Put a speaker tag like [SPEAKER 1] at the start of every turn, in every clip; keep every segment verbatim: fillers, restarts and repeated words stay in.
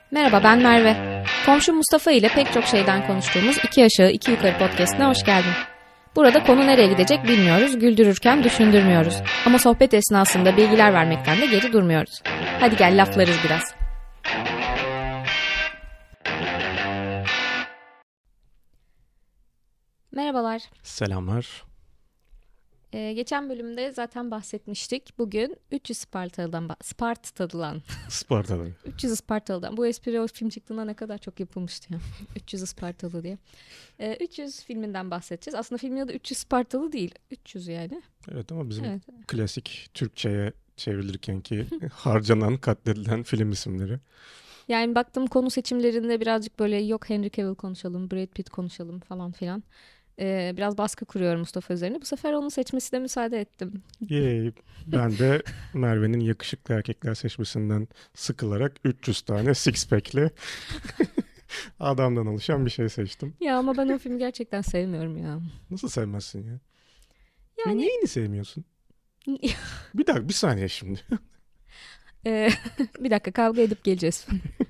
[SPEAKER 1] Merhaba, ben Merve. Komşu Mustafa ile pek çok şeyden konuştuğumuz İki Aşağı İki Yukarı podcastine hoş geldin. Burada konu nereye gidecek bilmiyoruz, güldürürken düşündürmüyoruz. Ama sohbet esnasında bilgiler vermekten de geri durmuyoruz. Hadi gel laflarız biraz. Merhabalar.
[SPEAKER 2] Selamlar.
[SPEAKER 1] Ee, geçen bölümde zaten bahsetmiştik. Bugün üç yüz Spartalı'dan, bah- Spartalı'dan.
[SPEAKER 2] Spartalı.
[SPEAKER 1] üç yüz Spartalı'dan. Bu espri o film çıktığında ne kadar çok yapılmıştı ya. üç yüz Spartalı diye. Ee, üç yüz filminden bahsedeceğiz. Aslında filmin adı üç yüz Spartalı değil. üç yüz yani.
[SPEAKER 2] Evet ama bizim
[SPEAKER 1] Evet.
[SPEAKER 2] klasik Türkçe'ye çevrilirken ki harcanan, katledilen film isimleri.
[SPEAKER 1] Yani baktım konu seçimlerinde birazcık böyle yok Henry Cavill konuşalım, Brad Pitt konuşalım falan filan. Ee, biraz baskı kuruyorum Mustafa üzerine. Bu sefer onun seçmesine müsaade ettim.
[SPEAKER 2] Yay. Ben de Merve'nin yakışıklı erkekler seçmesinden sıkılarak üç yüz tane six pack'li adamdan oluşan bir şey seçtim.
[SPEAKER 1] Ya ama ben o filmi gerçekten sevmiyorum ya.
[SPEAKER 2] Nasıl sevmezsin ya?
[SPEAKER 1] Yani
[SPEAKER 2] Neyini sevmiyorsun? Bir dakika, bir saniye şimdi.
[SPEAKER 1] Ee, bir dakika kavga edip geleceğiz.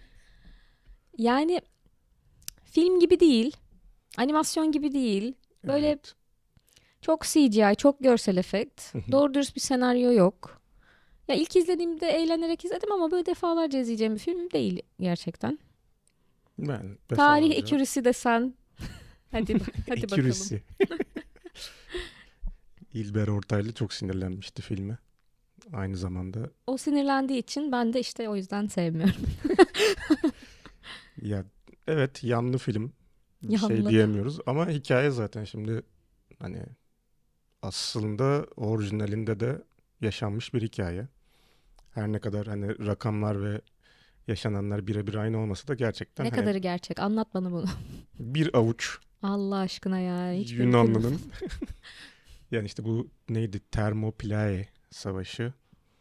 [SPEAKER 1] Yani film gibi değil, animasyon gibi değil. Böyle
[SPEAKER 2] Evet.
[SPEAKER 1] çok C G I, çok görsel efekt. Doğru dürüst bir senaryo yok. Ya ilk izlediğimde eğlenerek izledim ama böyle defalarca izleyeceğim bir film değil gerçekten.
[SPEAKER 2] Ben
[SPEAKER 1] Tarih
[SPEAKER 2] defalarca-
[SPEAKER 1] ekürisi desen. Hadi hadi bakalım.
[SPEAKER 2] Ekürisi. İlber Ortaylı çok sinirlenmişti filme. Aynı zamanda
[SPEAKER 1] O sinirlendiği için ben de işte o yüzden sevmiyorum.
[SPEAKER 2] ya evet, yanlı film, bir şey
[SPEAKER 1] Yanlı.
[SPEAKER 2] diyemiyoruz ama hikaye zaten şimdi hani aslında orijinalinde de yaşanmış bir hikaye. Her ne kadar hani rakamlar ve yaşananlar birebir aynı olmasa da gerçekten
[SPEAKER 1] Ne
[SPEAKER 2] hani
[SPEAKER 1] kadarı gerçek? Anlat bana bunu.
[SPEAKER 2] bir avuç
[SPEAKER 1] Allah aşkına ya. Hiç mümkün
[SPEAKER 2] Yunanlı'nın
[SPEAKER 1] değil.
[SPEAKER 2] yani işte bu neydi, Termopilai Savaşı.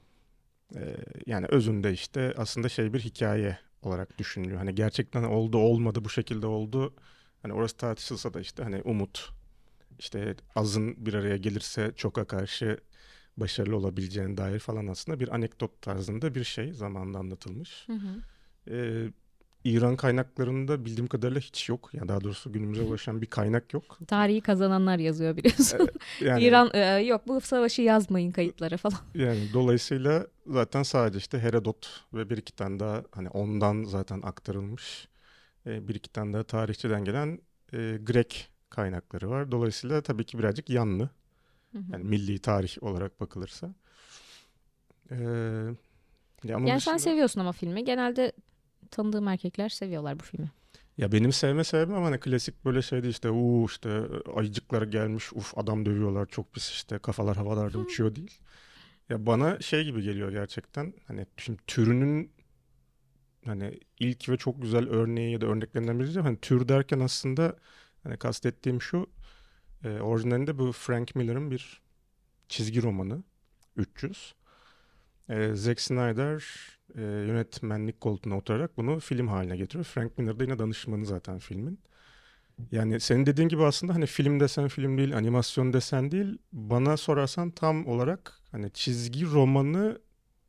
[SPEAKER 2] Ee, yani özünde işte aslında şey bir hikaye olarak düşünülüyor. Hani gerçekten oldu olmadı, bu şekilde oldu. Hani orası tartışılsa da işte hani umut, işte azın bir araya gelirse çoka karşı başarılı olabileceğine dair falan aslında bir anekdot tarzında bir şey zamanında anlatılmış.
[SPEAKER 1] Hı hı.
[SPEAKER 2] Ee, İran kaynaklarında bildiğim kadarıyla hiç yok. Yani daha doğrusu günümüze ulaşan bir kaynak yok.
[SPEAKER 1] Tarihi kazananlar yazıyor biliyorsun.
[SPEAKER 2] Yani
[SPEAKER 1] İran e, yok bu savaşı yazmayın kayıtlara falan.
[SPEAKER 2] yani dolayısıyla zaten sadece işte Herodot ve bir iki tane daha hani ondan zaten aktarılmış e, bir iki tane daha tarihçiden gelen e, Grek kaynakları var. Dolayısıyla tabii ki birazcık yanlı.
[SPEAKER 1] Hı hı.
[SPEAKER 2] Yani milli tarih olarak bakılırsa. Ee, ya onun
[SPEAKER 1] Yani sen
[SPEAKER 2] dışında
[SPEAKER 1] seviyorsun ama filmi. Genelde tanıdığım erkekler seviyorlar bu filmi.
[SPEAKER 2] ya benim sevme sebebim ama hani klasik böyle şeydi işte uuu işte ayıcıklar gelmiş, uf adam dövüyorlar çok pis, işte kafalar havalarda uçuyor değil. Ya bana şey gibi geliyor gerçekten, hani şimdi türünün hani ilk ve çok güzel örneği ya da örneklerinden biri. Hani tür derken aslında hani kastettiğim şu, e, orijinalinde bu Frank Miller'ın bir çizgi romanı üç yüz. E, Zack Snyder e, yönetmenlik koltuğuna oturarak bunu film haline getiriyor. Frank Miller da yine danışmanı zaten filmin. Yani senin dediğin gibi aslında hani film desen film değil, animasyon desen değil. Bana sorarsan tam olarak hani çizgi romanı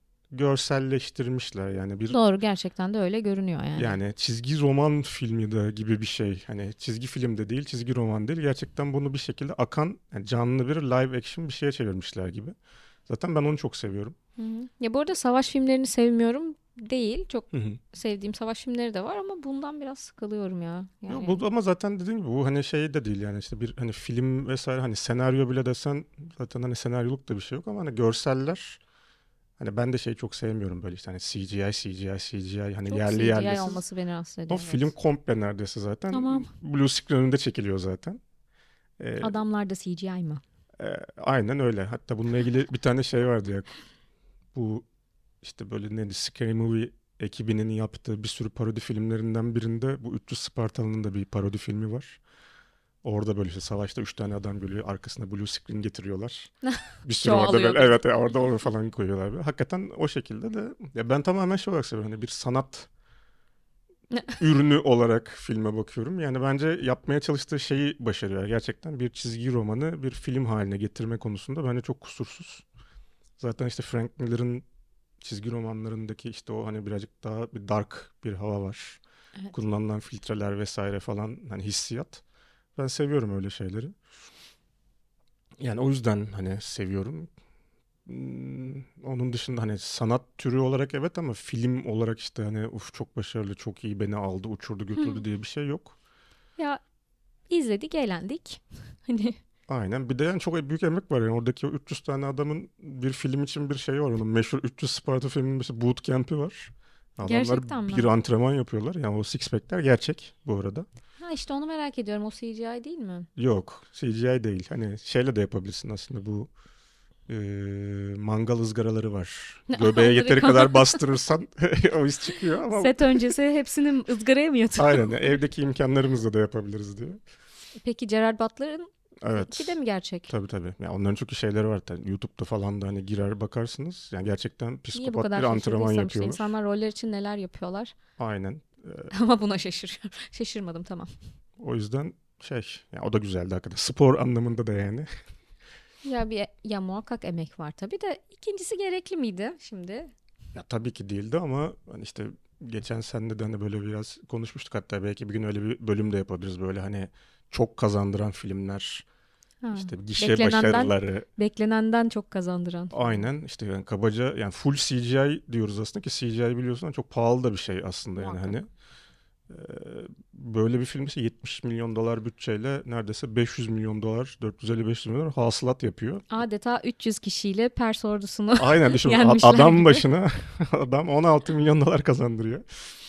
[SPEAKER 2] görselleştirmişler. Yani bir,
[SPEAKER 1] Doğru gerçekten de öyle görünüyor yani.
[SPEAKER 2] yani çizgi roman filmi de gibi bir şey. Hani çizgi film de değil, çizgi roman değil. Gerçekten bunu bir şekilde akan, yani canlı bir live action bir şeye çevirmişler gibi. Zaten ben onu çok seviyorum.
[SPEAKER 1] Hı hı. Ya bu arada savaş filmlerini sevmiyorum değil. Çok
[SPEAKER 2] Hı hı.
[SPEAKER 1] sevdiğim savaş filmleri de var ama bundan biraz sıkılıyorum ya.
[SPEAKER 2] Ya
[SPEAKER 1] Yani
[SPEAKER 2] bu ama zaten dediğim gibi bu hani şey de değil, yani işte bir hani film vesaire, hani senaryo bile desen zaten hani senaryoluk da bir şey yok ama hani görseller, hani ben de şey çok sevmiyorum böyle işte hani C G I C G I C G I hani
[SPEAKER 1] çok
[SPEAKER 2] yerli
[SPEAKER 1] C G I
[SPEAKER 2] yerlisiz.
[SPEAKER 1] olması beni rahatsız
[SPEAKER 2] O
[SPEAKER 1] ediyor.
[SPEAKER 2] film
[SPEAKER 1] Evet.
[SPEAKER 2] komple neredeyse zaten
[SPEAKER 1] Tamam.
[SPEAKER 2] blue screen önünde çekiliyor zaten. Ee,
[SPEAKER 1] Adamlar da C G I mı?
[SPEAKER 2] e, aynen öyle. Hatta bununla ilgili bir tane şey vardı ya. Bu işte böyle neydi, Scary Movie ekibinin yaptığı bir sürü parodi filmlerinden birinde bu üç yüz Spartalı'nın da bir parodi filmi var. Orada böyle işte savaşta üç tane adam geliyor. Arkasına blue screen getiriyorlar. Bir sürü orada
[SPEAKER 1] Çoğalıyor
[SPEAKER 2] böyle,
[SPEAKER 1] bir de.
[SPEAKER 2] evet ya, orada onu falan koyuyorlar. Böyle. Hakikaten o şekilde de ya ben tamamen şey olarak seviyorum. Hani bir sanat ürünü olarak filme bakıyorum. Yani bence yapmaya çalıştığı şeyi başarıyor. Gerçekten bir çizgi romanı bir film haline getirme konusunda bence çok kusursuz. Zaten işte Frank Miller'ın çizgi romanlarındaki işte o hani birazcık daha bir dark bir hava var.
[SPEAKER 1] Evet.
[SPEAKER 2] Kullanılan filtreler vesaire falan hani hissiyat. Ben seviyorum öyle şeyleri. Yani o yüzden hani seviyorum. Hmm, Onun dışında hani sanat türü olarak evet ama film olarak işte hani uf çok başarılı, çok iyi beni aldı, uçurdu, götürdü diye bir şey yok.
[SPEAKER 1] Ya izledik, eğlendik. Hani
[SPEAKER 2] Aynen. Bir de yani çok büyük emek var yani oradaki o üç yüz tane adamın bir film için bir şey var onun meşhur üç yüz Sparta filminin mesela boot camp'i var. Adamlar
[SPEAKER 1] gerçekten
[SPEAKER 2] bir
[SPEAKER 1] mi?
[SPEAKER 2] antrenman yapıyorlar. Yani o six pack'ler gerçek bu arada.
[SPEAKER 1] Ha işte onu merak ediyorum. O C G I değil mi?
[SPEAKER 2] Yok, C G I değil. Hani şeyle de yapabilirsin aslında bu e, mangal ızgaraları var. Göbeğe
[SPEAKER 1] Onları
[SPEAKER 2] yeteri
[SPEAKER 1] kan-
[SPEAKER 2] kadar bastırırsan o his çıkıyor ama
[SPEAKER 1] Set öncesi hepsini ızgaraya mı yatırıyor?
[SPEAKER 2] aynen yani evdeki imkanlarımızla da yapabiliriz diye.
[SPEAKER 1] Peki Gerard Butler'ın ki de
[SPEAKER 2] Evet.
[SPEAKER 1] mi gerçek?
[SPEAKER 2] Tabii tabii. Ya onların çok iyi şeyleri var. Tabii. YouTube'da falan da hani girer bakarsınız. Yani gerçekten
[SPEAKER 1] Niye bu
[SPEAKER 2] psikopat
[SPEAKER 1] kadar
[SPEAKER 2] bir antrenman
[SPEAKER 1] şaşırdıysam işte
[SPEAKER 2] yapıyorlar.
[SPEAKER 1] insanlar roller için neler yapıyorlar.
[SPEAKER 2] Aynen. Ee,
[SPEAKER 1] Ama buna şaşırıyorum. Şaşırmadım, tamam.
[SPEAKER 2] o yüzden şey, ya o da güzeldi hakikaten. Spor anlamında da yani.
[SPEAKER 1] Ya bir ya muhakkak emek var tabii de ikincisi gerekli miydi şimdi?
[SPEAKER 2] Ya tabii ki değildi ama hani işte geçen sene de hani böyle biraz konuşmuştuk, hatta belki bir gün öyle bir bölüm de yapabiliriz, böyle hani çok kazandıran filmler,
[SPEAKER 1] Ha.
[SPEAKER 2] işte gişe
[SPEAKER 1] Beklenenden
[SPEAKER 2] başarıları.
[SPEAKER 1] beklenenden çok kazandıran filmler.
[SPEAKER 2] Aynen işte yani kabaca yani full C G I diyoruz aslında ki C G I biliyorsun ama çok pahalı da bir şey aslında yani hani.
[SPEAKER 1] Muhakkak.
[SPEAKER 2] Ee, Böyle bir film ise yetmiş milyon dolar bütçeyle neredeyse beş yüz milyon dolar, dört yüz elli beş yüz milyon dolar hasılat yapıyor.
[SPEAKER 1] Adeta üç yüz kişiyle Pers ordusunu
[SPEAKER 2] Aynen düşün, a-
[SPEAKER 1] yenmişler
[SPEAKER 2] adam
[SPEAKER 1] gibi.
[SPEAKER 2] başına adam on altı milyon dolar kazandırıyor.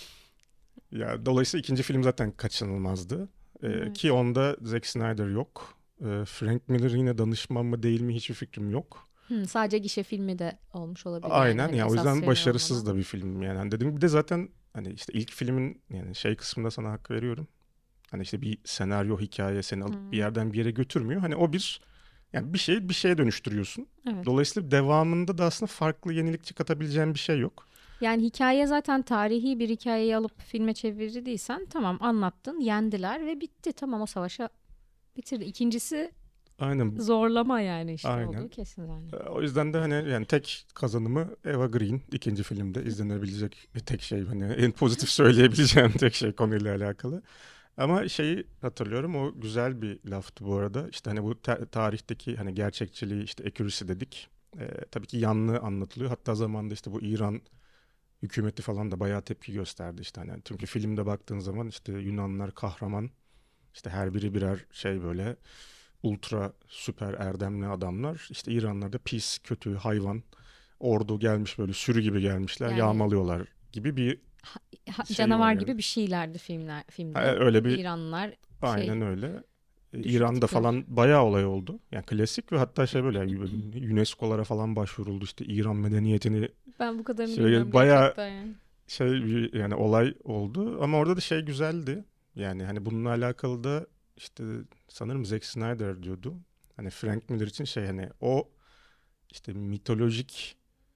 [SPEAKER 2] Ya dolayısıyla ikinci film zaten kaçınılmazdı. Ee, ki
[SPEAKER 1] Evet.
[SPEAKER 2] onda Zack Snyder yok. Ee, Frank Miller yine danışman mı değil mi hiçbir fikrim yok.
[SPEAKER 1] Hı, sadece gişe filmi de olmuş olabilir yani
[SPEAKER 2] Aynen
[SPEAKER 1] hani
[SPEAKER 2] ya, o
[SPEAKER 1] esas
[SPEAKER 2] yüzden
[SPEAKER 1] şeyler
[SPEAKER 2] başarısız
[SPEAKER 1] olmadan.
[SPEAKER 2] da bir film yani. Hani dedim bir de zaten hani işte ilk filmin yani şey kısmında sana hak veriyorum. Hani işte bir senaryo, hikaye seni alıp bir
[SPEAKER 1] Hı,
[SPEAKER 2] yerden bir yere götürmüyor. Hani o bir yani bir şey bir şeye dönüştürüyorsun.
[SPEAKER 1] evet.
[SPEAKER 2] Dolayısıyla devamında da aslında farklı yenilikçi katabileceğin bir şey yok.
[SPEAKER 1] Yani hikaye zaten tarihi bir hikayeyi alıp filme çevirdiysen tamam anlattın, yendiler ve bitti. Tamam, o savaşı bitirdi. İkincisi
[SPEAKER 2] Aynen.
[SPEAKER 1] zorlama yani işte olduğu
[SPEAKER 2] Aynen.
[SPEAKER 1] kesin yani.
[SPEAKER 2] Ee, O yüzden de hani yani tek kazanımı Eva Green ikinci filmde izlenebilecek tek şey, hani en pozitif söyleyebileceğim tek şey konuyla alakalı. Ama şeyi hatırlıyorum, o güzel bir laftı bu arada. İşte hani bu ta- tarihteki hani gerçekçiliği, işte accuracy dedik. Ee, tabii ki yanlı anlatılıyor. Hatta zamanında işte bu İran hükümeti falan da bayağı tepki gösterdi işte hani. Çünkü filmde baktığın zaman işte Yunanlar kahraman, işte her biri birer şey böyle ultra süper erdemli adamlar. İşte İranlar da pis, kötü, hayvan. Ordu gelmiş böyle sürü gibi gelmişler,
[SPEAKER 1] Yani
[SPEAKER 2] yağmalıyorlar gibi bir
[SPEAKER 1] ha-
[SPEAKER 2] şey var
[SPEAKER 1] canavar
[SPEAKER 2] yani.
[SPEAKER 1] gibi bir şeylerdi filmler
[SPEAKER 2] Ha,
[SPEAKER 1] filmde.
[SPEAKER 2] öyle bir,
[SPEAKER 1] İranlılar şey
[SPEAKER 2] aynen öyle. E,
[SPEAKER 1] düşük
[SPEAKER 2] İran'da
[SPEAKER 1] tipler.
[SPEAKER 2] falan bayağı olay oldu. Yani klasik ve hatta şey böyle yani UNESCO'lara falan başvuruldu, işte İran medeniyetini
[SPEAKER 1] Ben bu kadarını bilmiyorum
[SPEAKER 2] şey bayağı
[SPEAKER 1] gerçekten yani.
[SPEAKER 2] şey bir yani olay oldu ama orada da şey güzeldi. Yani hani bununla alakalı da işte sanırım Zack Snyder diyordu. Hani Frank Miller için şey hani o işte mitolojik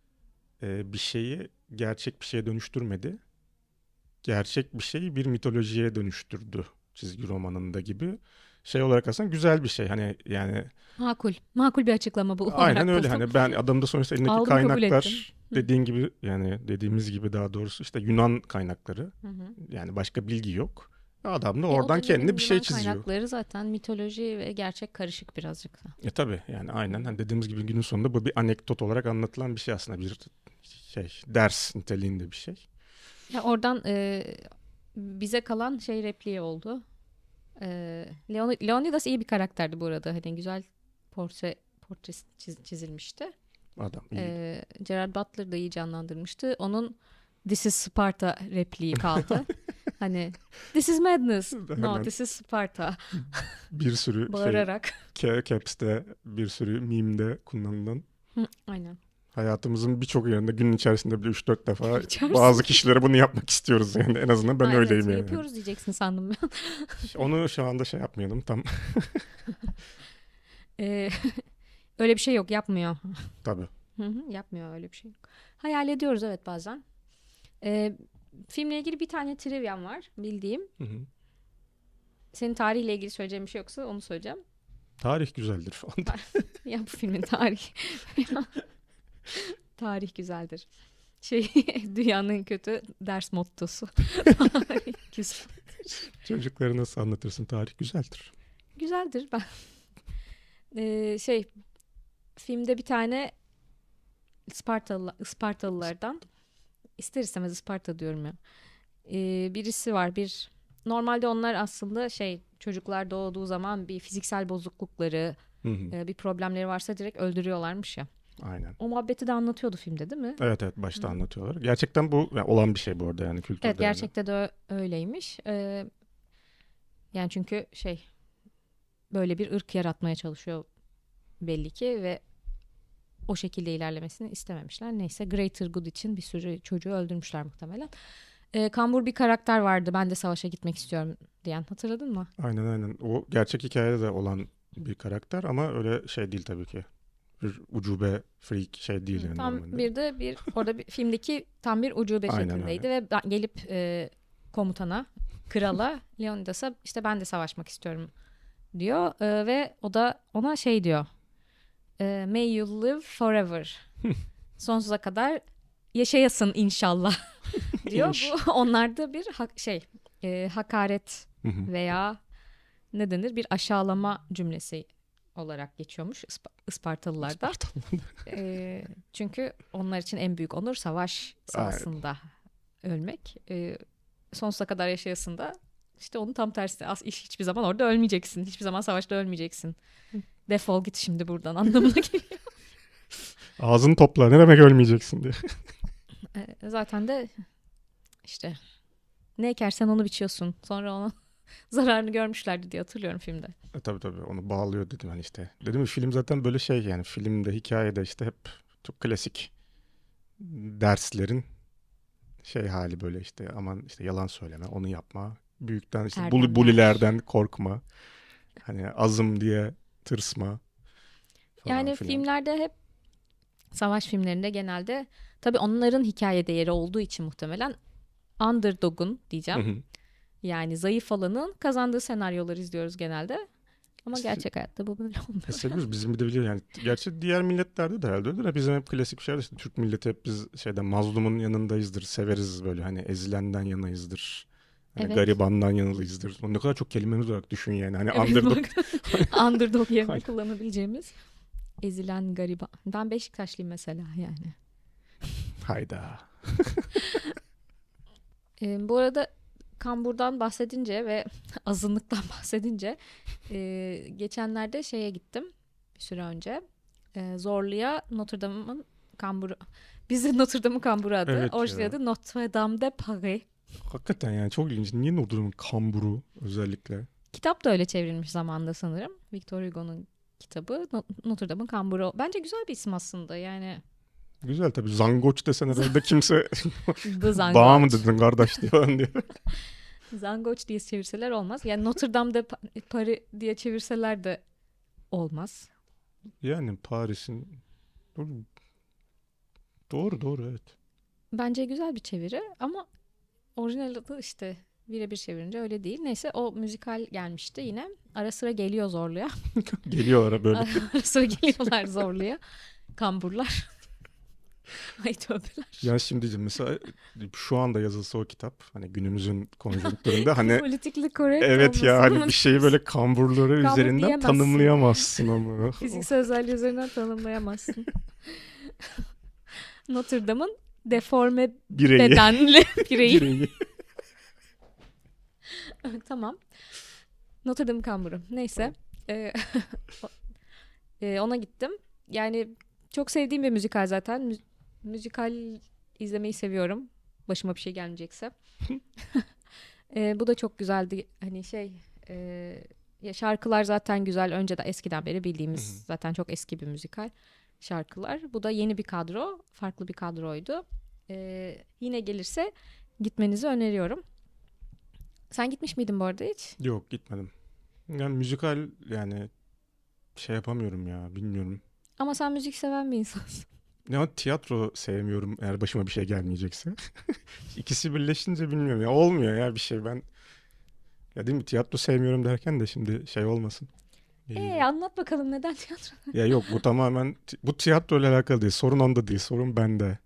[SPEAKER 2] e, bir şeyi gerçek bir şeye dönüştürmedi. Gerçek bir şeyi bir mitolojiye dönüştürdü çizgi romanında gibi. Şey olarak aslında güzel bir şey. Hani yani
[SPEAKER 1] Makul. Makul bir açıklama bu
[SPEAKER 2] aynen
[SPEAKER 1] olarak
[SPEAKER 2] öyle.
[SPEAKER 1] buldum.
[SPEAKER 2] Hani ben adamda sonuçta elindeki
[SPEAKER 1] Aldım, kabul ettim.
[SPEAKER 2] kaynaklar
[SPEAKER 1] Hı.
[SPEAKER 2] dediğin gibi yani dediğimiz gibi daha doğrusu işte Yunan kaynakları.
[SPEAKER 1] Hı hı.
[SPEAKER 2] Yani başka bilgi yok. Adam da
[SPEAKER 1] E, o
[SPEAKER 2] oradan
[SPEAKER 1] dönemin
[SPEAKER 2] kendine bir şey
[SPEAKER 1] Yunan
[SPEAKER 2] çiziyor.
[SPEAKER 1] kaynakları zaten mitoloji ve gerçek karışık birazcık da.
[SPEAKER 2] E tabii yani
[SPEAKER 1] Hı
[SPEAKER 2] aynen
[SPEAKER 1] hı.
[SPEAKER 2] hani dediğimiz gibi günün sonunda bu bir anekdot olarak anlatılan bir şey aslında, bir şey ders niteliğinde bir şey.
[SPEAKER 1] Ya oradan e, bize kalan şey repliği oldu. E, Leon- Leonidas iyi bir karakterdi bu arada. Hani güzel portre portresi çiz- çizilmişti.
[SPEAKER 2] Adam iyiydi.
[SPEAKER 1] E, Gerard Butler da iyi canlandırmıştı. Onun "This is Sparta" repliği kaldı. Hani "This is madness. No,
[SPEAKER 2] Hemen
[SPEAKER 1] this is Sparta."
[SPEAKER 2] bir sürü şey
[SPEAKER 1] Bağırarak.
[SPEAKER 2] Ca- Caps'te bir sürü meme'de kullanılan,
[SPEAKER 1] Hı, aynen.
[SPEAKER 2] hayatımızın birçok yerinde günün içerisinde bile üç dört defa
[SPEAKER 1] İçersin.
[SPEAKER 2] bazı kişilere bunu yapmak istiyoruz yani, en azından ben
[SPEAKER 1] Ha, evet,
[SPEAKER 2] öyleyim yani.
[SPEAKER 1] yapıyoruz diyeceksin sandım ben.
[SPEAKER 2] Onu şu anda şey yapmayalım tam.
[SPEAKER 1] E, öyle bir şey yok, yapmıyor.
[SPEAKER 2] Tabii.
[SPEAKER 1] Hı hı, yapmıyor, öyle bir şey yok. Hayal ediyoruz evet bazen. Ee, filmle ilgili bir tane trivyam var bildiğim.
[SPEAKER 2] Hı hı.
[SPEAKER 1] Senin tarihle ilgili söyleyeceğim bir şey yoksa onu söyleyeceğim.
[SPEAKER 2] Tarih güzeldir falan.
[SPEAKER 1] Ya bu filmin tarihi. Tarih güzeldir. Şey dünyanın en kötü ders mottosu. Güzel.
[SPEAKER 2] Çocuklara nasıl anlatırsın? Tarih güzeldir.
[SPEAKER 1] Güzeldir ben. Ee, şey filmde bir tane Ispartalı, Ispartalılardan ister istemez Isparta diyorum ya. Ee, birisi var. Bir normalde onlar aslında şey çocuklar doğduğu zaman bir fiziksel bozuklukları,
[SPEAKER 2] Hı hı.
[SPEAKER 1] e, bir problemleri varsa direkt öldürüyorlarmış ya.
[SPEAKER 2] Aynen.
[SPEAKER 1] O muhabbeti de anlatıyordu filmde değil mi?
[SPEAKER 2] Evet evet başta
[SPEAKER 1] Hı.
[SPEAKER 2] anlatıyorlar. Gerçekten bu yani olan bir şey bu arada yani kültürde.
[SPEAKER 1] Evet gerçekte de ö- öyleymiş. Ee, yani çünkü şey böyle bir ırk yaratmaya çalışıyor belli ki ve o şekilde ilerlemesini istememişler. Neyse greater good için bir sürü çocuğu öldürmüşler muhtemelen. Ee, kambur bir karakter vardı. Ben de savaşa gitmek istiyorum diyen. Hatırladın mı?
[SPEAKER 2] Aynen aynen. O gerçek hikayede de olan bir karakter ama öyle şey değil tabii ki. Bir ucube freak şey değil
[SPEAKER 1] Hı,
[SPEAKER 2] yani
[SPEAKER 1] tam
[SPEAKER 2] normalde.
[SPEAKER 1] bir de bir orada bir filmdeki tam bir ucube
[SPEAKER 2] Aynen
[SPEAKER 1] şeklindeydi ve ben- gelip e, komutana, krala, Leonidas'a işte ben de savaşmak istiyorum diyor. E, ve o da ona şey diyor. E, May you live forever. Sonsuza kadar yaşayasın inşallah diyor. Bu onlarda bir hak, şey e, hakaret
[SPEAKER 2] Hı hı.
[SPEAKER 1] veya ne denir bir aşağılama cümlesi olarak geçiyormuş Isp- Ispartalılarda. E, çünkü onlar için en büyük onur savaş sahasında ölmek. E, sonsuza kadar yaşayasın da işte onun tam tersi. As iş hiçbir zaman orada ölmeyeceksin. Hiçbir zaman savaşta ölmeyeceksin. Defol git şimdi buradan anlamına geliyor.
[SPEAKER 2] Ağzını topla ne demek ölmeyeceksin diye.
[SPEAKER 1] E, zaten de işte ne ekersen onu biçiyorsun. Sonra onun zararını görmüşlerdi diye hatırlıyorum filmde.
[SPEAKER 2] E, tabii tabii onu bağlıyor dedim hani işte. Dedim mi film zaten böyle şey yani filmde hikayede işte hep çok klasik derslerin şey hali böyle işte aman işte yalan söyleme onu yapma. Büyükten işte bul-
[SPEAKER 1] Erdemler.
[SPEAKER 2] bulilerden korkma. Hani azım diye tırsma falan
[SPEAKER 1] Yani
[SPEAKER 2] filan.
[SPEAKER 1] filmlerde hep savaş filmlerinde genelde tabii onların hikaye değeri olduğu için muhtemelen underdog'un
[SPEAKER 2] Hı
[SPEAKER 1] diyeceğim.
[SPEAKER 2] hı.
[SPEAKER 1] Yani zayıf olanın kazandığı senaryoları izliyoruz genelde. Ama
[SPEAKER 2] İşte-
[SPEAKER 1] gerçek hayatta bu böyle olmuyor.
[SPEAKER 2] E, seviyoruz bizim bir de biliyor yani. Gerçi diğer milletlerde de herhalde öyle de bizim hep klasik bir şey var işte Türk milleti hep biz şeyde mazlumun yanındayızdır. Severiz böyle hani ezilenden yanayızdır. Hani
[SPEAKER 1] Evet.
[SPEAKER 2] garibandan yanılıyızdır. Ne kadar çok kelimemiz olarak düşün yani. Hani
[SPEAKER 1] Evet,
[SPEAKER 2] underdog.
[SPEAKER 1] bak. Underdog yerine
[SPEAKER 2] Aynen.
[SPEAKER 1] kullanabileceğimiz ezilen gariban. Ben Beşiktaşlıyım mesela yani.
[SPEAKER 2] Hayda.
[SPEAKER 1] Ee, bu arada kamburdan bahsedince ve azınlıktan bahsedince e, geçenlerde şeye gittim bir süre önce. E, Zorlu'ya Notre Dame'ın kamburu. Bizde Notre Dame'ın kamburu adı.
[SPEAKER 2] Evet
[SPEAKER 1] Orijinal
[SPEAKER 2] ya.
[SPEAKER 1] adı Notre Dame de Paris.
[SPEAKER 2] Hakikaten yani çok ilginç. Niye Notre Dame'ın kamburu özellikle?
[SPEAKER 1] Kitap da öyle çevrilmiş zamanında sanırım. Victor Hugo'nun kitabı No- Notre Dame'ın kamburu. Bence güzel bir isim aslında yani.
[SPEAKER 2] Güzel tabii. Zangoç desen herhalde kimse
[SPEAKER 1] The
[SPEAKER 2] bağ mı
[SPEAKER 1] Zangoç.
[SPEAKER 2] dedin kardeş diye falan diyor.
[SPEAKER 1] Zangoç diye çevirseler olmaz. Yani Notre Dame de Pa- Paris diye çevirseler de olmaz.
[SPEAKER 2] Yani Paris'in doğru doğru, doğru evet.
[SPEAKER 1] Bence güzel bir çeviri ama orijinal adı işte birebir çevirince öyle değil. Neyse o müzikal gelmişti yine. Ara sıra geliyor Zorlu'ya.
[SPEAKER 2] Geliyorlar böyle.
[SPEAKER 1] Ara sıra geliyorlar Zorlu'ya. Kamburlar. Ay tövbeler.
[SPEAKER 2] Ya şimdi mesela şu anda yazılsa o kitap hani günümüzün konjonktüründe hani
[SPEAKER 1] Politically correct
[SPEAKER 2] evet ya
[SPEAKER 1] olmasın.
[SPEAKER 2] hani bir şeyi böyle kamburları
[SPEAKER 1] Kambur
[SPEAKER 2] üzerinden
[SPEAKER 1] diyemezsin.
[SPEAKER 2] tanımlayamazsın ama.
[SPEAKER 1] Fiziksel özelliği üzerinden tanımlayamazsın. Notre Dame'ın deforme
[SPEAKER 2] Bireyi.
[SPEAKER 1] bedenli bireyi.
[SPEAKER 2] Bireyi.
[SPEAKER 1] Tamam. Notre Dame kamburu. Neyse. Ee, e, ona gittim. Yani çok sevdiğim bir müzikal zaten. Mü- müzikal izlemeyi seviyorum. Başıma bir şey gelmeyecekse. Ee, bu da çok güzeldi. Hani şey e, ya şarkılar zaten güzel. Önce de eskiden beri bildiğimiz
[SPEAKER 2] Hı hı.
[SPEAKER 1] zaten çok eski bir müzikal şarkılar. Bu da yeni bir kadro. Farklı bir kadroydu. Ee, yine gelirse gitmenizi öneriyorum. Sen gitmiş miydin bu arada hiç?
[SPEAKER 2] Yok gitmedim. Yani müzikal yani şey yapamıyorum ya bilmiyorum.
[SPEAKER 1] Ama sen müzik seven bir insansın.
[SPEAKER 2] Ya tiyatro sevmiyorum eğer başıma bir şey gelmeyecekse. İkisi birleşince bilmiyorum ya olmuyor ya bir şey ben. Ya değil mi tiyatro sevmiyorum derken de şimdi şey olmasın. Ee,
[SPEAKER 1] Ee, anlat bakalım neden tiyatro?
[SPEAKER 2] Ya yok bu tamamen ti- bu tiyatro ile alakalı değil. Sorun onda değil. Sorun bende.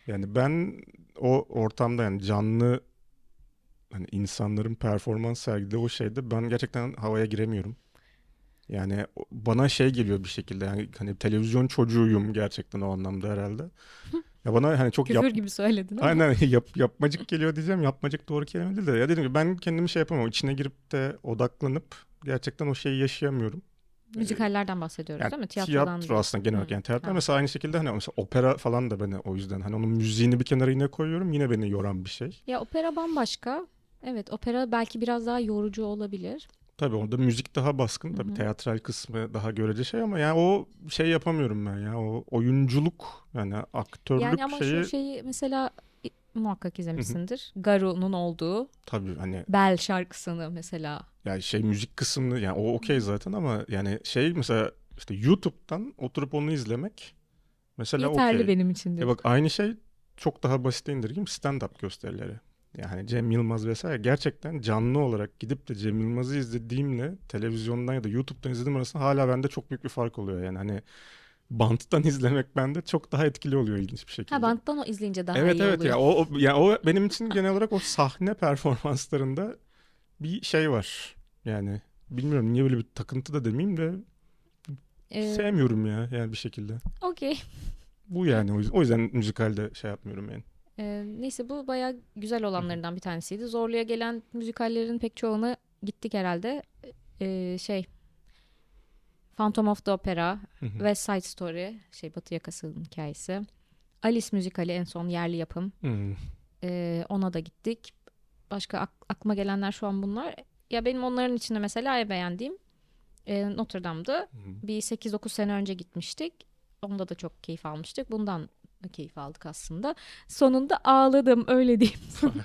[SPEAKER 2] Yani ben o ortamda yani canlı hani insanların performans sergilediği o şeyde ben gerçekten havaya giremiyorum. Yani o- bana şey geliyor bir şekilde yani hani televizyon çocuğuyum gerçekten o anlamda herhalde. Ya bana hani çok
[SPEAKER 1] Küfür
[SPEAKER 2] yap
[SPEAKER 1] gibi söyledin ama.
[SPEAKER 2] aynen yap, yapmacık geliyor diyeceğim. Yapmacık doğru kelime değil de ya dedim ki ben kendimi şey yapamam. İçine girip de odaklanıp gerçekten o şeyi yaşayamıyorum. Ee,
[SPEAKER 1] Müzikallerden bahsediyoruz
[SPEAKER 2] Yani
[SPEAKER 1] değil mi? Tiyatrodan
[SPEAKER 2] tiyatro
[SPEAKER 1] değil.
[SPEAKER 2] aslında genel olarak
[SPEAKER 1] Hı,
[SPEAKER 2] yani tiyatro
[SPEAKER 1] tamam.
[SPEAKER 2] mesela aynı şekilde hani mesela opera falan da beni o yüzden hani onun müziğini bir kenara yine koyuyorum yine beni yoran bir şey.
[SPEAKER 1] Ya opera bambaşka. Evet, opera belki biraz daha yorucu olabilir.
[SPEAKER 2] Tabii orada müzik daha baskın
[SPEAKER 1] Hı
[SPEAKER 2] tabii
[SPEAKER 1] hı.
[SPEAKER 2] teatral kısmı daha görece şey ama yani o şey yapamıyorum ben ya o oyunculuk yani
[SPEAKER 1] Yani
[SPEAKER 2] aktörlük
[SPEAKER 1] ama şu
[SPEAKER 2] şeyi.
[SPEAKER 1] şeyi mesela i- muhakkak
[SPEAKER 2] Hı hı.
[SPEAKER 1] izlemişsindir. Garo'nun olduğu
[SPEAKER 2] Tabii hani
[SPEAKER 1] Bel şarkısını mesela.
[SPEAKER 2] yani şey müzik kısmını yani o
[SPEAKER 1] Hı
[SPEAKER 2] okey
[SPEAKER 1] hı.
[SPEAKER 2] zaten ama yani şey mesela işte YouTube'dan oturup onu izlemek mesela
[SPEAKER 1] Yeterli
[SPEAKER 2] okey.
[SPEAKER 1] benim için
[SPEAKER 2] E
[SPEAKER 1] diyorsun.
[SPEAKER 2] bak aynı şey çok daha basite indirgeyim stand-up gösterileri. Yani Cem Yılmaz vesaire gerçekten canlı olarak gidip de Cem Yılmaz'ı izlediğimle televizyondan ya da YouTube'dan izlediğim arasında hala bende çok büyük bir fark oluyor. Yani hani banttan izlemek bende çok daha etkili oluyor ilginç bir
[SPEAKER 1] Ha,
[SPEAKER 2] şekilde.
[SPEAKER 1] banttan o izleyince daha
[SPEAKER 2] Evet
[SPEAKER 1] iyi
[SPEAKER 2] evet
[SPEAKER 1] oluyor.
[SPEAKER 2] ya o, o ya o benim için genel olarak o sahne performanslarında bir şey var. Yani bilmiyorum niye böyle bir takıntı da demeyeyim de
[SPEAKER 1] Ee,
[SPEAKER 2] sevmiyorum ya yani bir şekilde.
[SPEAKER 1] Okey.
[SPEAKER 2] Bu yani o yüzden, o yüzden müzikalde şey yapmıyorum yani.
[SPEAKER 1] Ee, neyse, bu bayağı güzel
[SPEAKER 2] Hı hı.
[SPEAKER 1] olanlarından bir tanesiydi. Zorlu'ya gelen müzikallerin pek çoğuna gittik herhalde. Ee, şey, Phantom of the Opera,
[SPEAKER 2] Hı hı.
[SPEAKER 1] West Side Story, şey Batı Yakası'nın hikayesi. Alice müzikali en son yerli yapım.
[SPEAKER 2] Hmm.
[SPEAKER 1] Ee, ona da gittik. Başka ak- aklıma gelenler şu an bunlar. Ya benim onların içinde mesela en beğendiğim e, Notre Dame'dı.
[SPEAKER 2] Hı hı.
[SPEAKER 1] Bir sekiz dokuz sene önce gitmiştik. Onda da çok keyif almıştık. Bundan da keyif aldık aslında. Sonunda ağladım, öyle diyeyim.